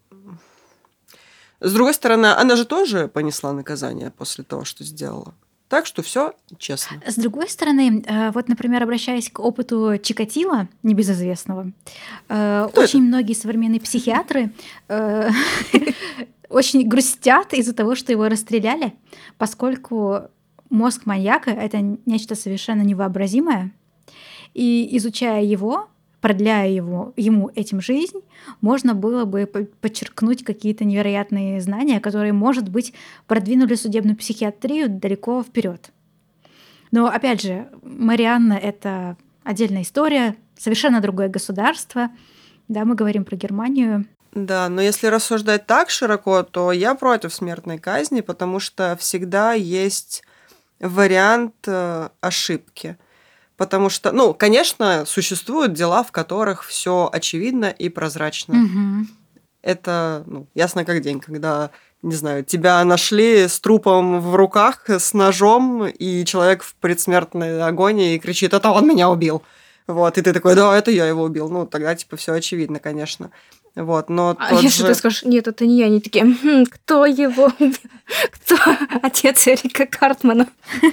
с другой стороны, она же тоже понесла наказание после того, что сделала. Так что все честно. С другой стороны, э, вот, например, обращаясь к опыту Чикатило, небезызвестного, э, Кто очень это? многие современные психиатры э, очень грустят из-за того, что его расстреляли, поскольку мозг маньяка — это нечто совершенно невообразимое, и изучая его, продляя его, ему этим жизнь, можно было бы по- подчеркнуть какие-то невероятные знания, которые, может быть, продвинули судебную психиатрию далеко вперед. Но опять же, Марианна — это отдельная история, совершенно другое государство. Да, мы говорим про Германию. Да, но если рассуждать так широко, то я против смертной казни, потому что всегда есть вариант э, ошибки. Потому что, ну, конечно, существуют дела, в которых все очевидно и прозрачно. Мгм. Это, ну, ясно как день, когда, не знаю, тебя нашли с трупом в руках, с ножом, и человек в предсмертной агонии кричит: «Это он меня убил!» Вот, и ты такой: «Да, это я его убил». Ну, тогда, типа, все очевидно, конечно. Вот, но А тот если же... ты скажешь, нет, это не я, они такие, «Мгм, кто его убил? Кто отец Эрика Картмана?»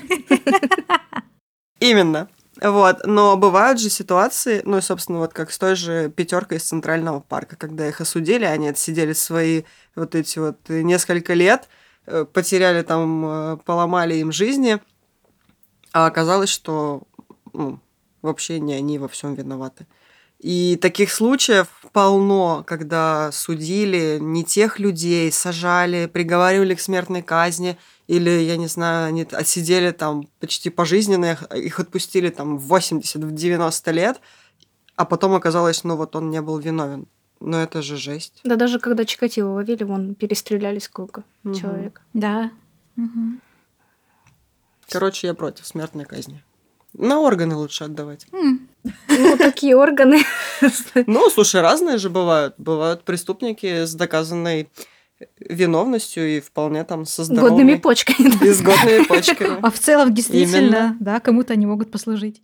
Именно. Вот, но бывают же ситуации, ну и, собственно, вот как с той же пятеркой из Центрального парка, когда их осудили, они отсидели свои вот эти вот несколько лет, э, потеряли там, э, поломали им жизни, а оказалось, что ну, вообще не они во всем виноваты. И таких случаев полно, когда судили не тех людей, сажали, приговаривали к смертной казни, или, я не знаю, они отсидели там почти пожизненно, их- их отпустили там в восемьдесят, в девяносто лет, а потом оказалось, ну вот он не был виновен. Но это же жесть. Да даже когда Чикатило ловили, вон перестреляли сколько Мгм. человек. Да. Мгм. Короче, я против смертной казни. На органы лучше отдавать. М. Ну, такие органы. Ну, слушай, разные же бывают. Бывают преступники с доказанной виновностью и вполне там со Годными здоровыми... почками. И с годными почками. А в целом, действительно, Именно. да, кому-то они могут послужить.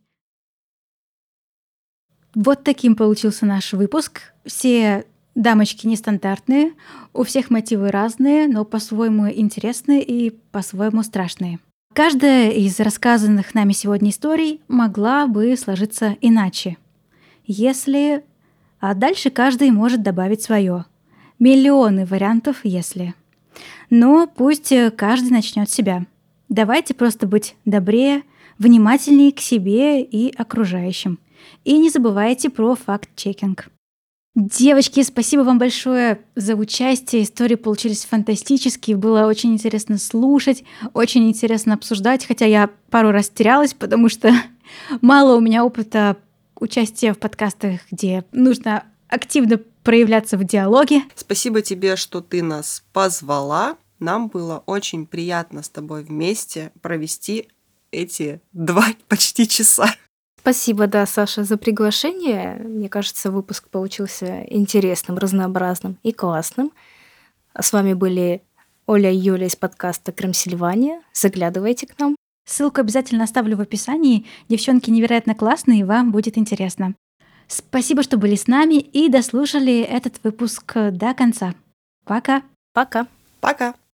Вот таким получился наш выпуск. Все дамочки нестандартные, у всех мотивы разные, но по-своему интересные и по-своему страшные. Каждая из рассказанных нами сегодня историй могла бы сложиться иначе, если... А дальше каждый может добавить свое. Миллионы вариантов «если». Но пусть каждый начнет с себя. Давайте просто быть добрее, внимательнее к себе и окружающим. И не забывайте про факт-чекинг. Девочки, спасибо вам большое за участие. Истории получились фантастические. Было очень интересно слушать, очень интересно обсуждать. Хотя я пару раз терялась, потому что мало у меня опыта участия в подкастах, где нужно активно проявляться в диалоге. Спасибо тебе, что ты нас позвала. Нам было очень приятно с тобой вместе провести эти два почти часа. Спасибо, да, Саша, за приглашение. Мне кажется, выпуск получился интересным, разнообразным и классным. С вами были Оля и Юля из подкаста «Кремсильвания». Заглядывайте к нам. Ссылку обязательно оставлю в описании. Девчонки невероятно классные, и вам будет интересно. Спасибо, что были с нами и дослушали этот выпуск до конца. Пока. Пока. Пока.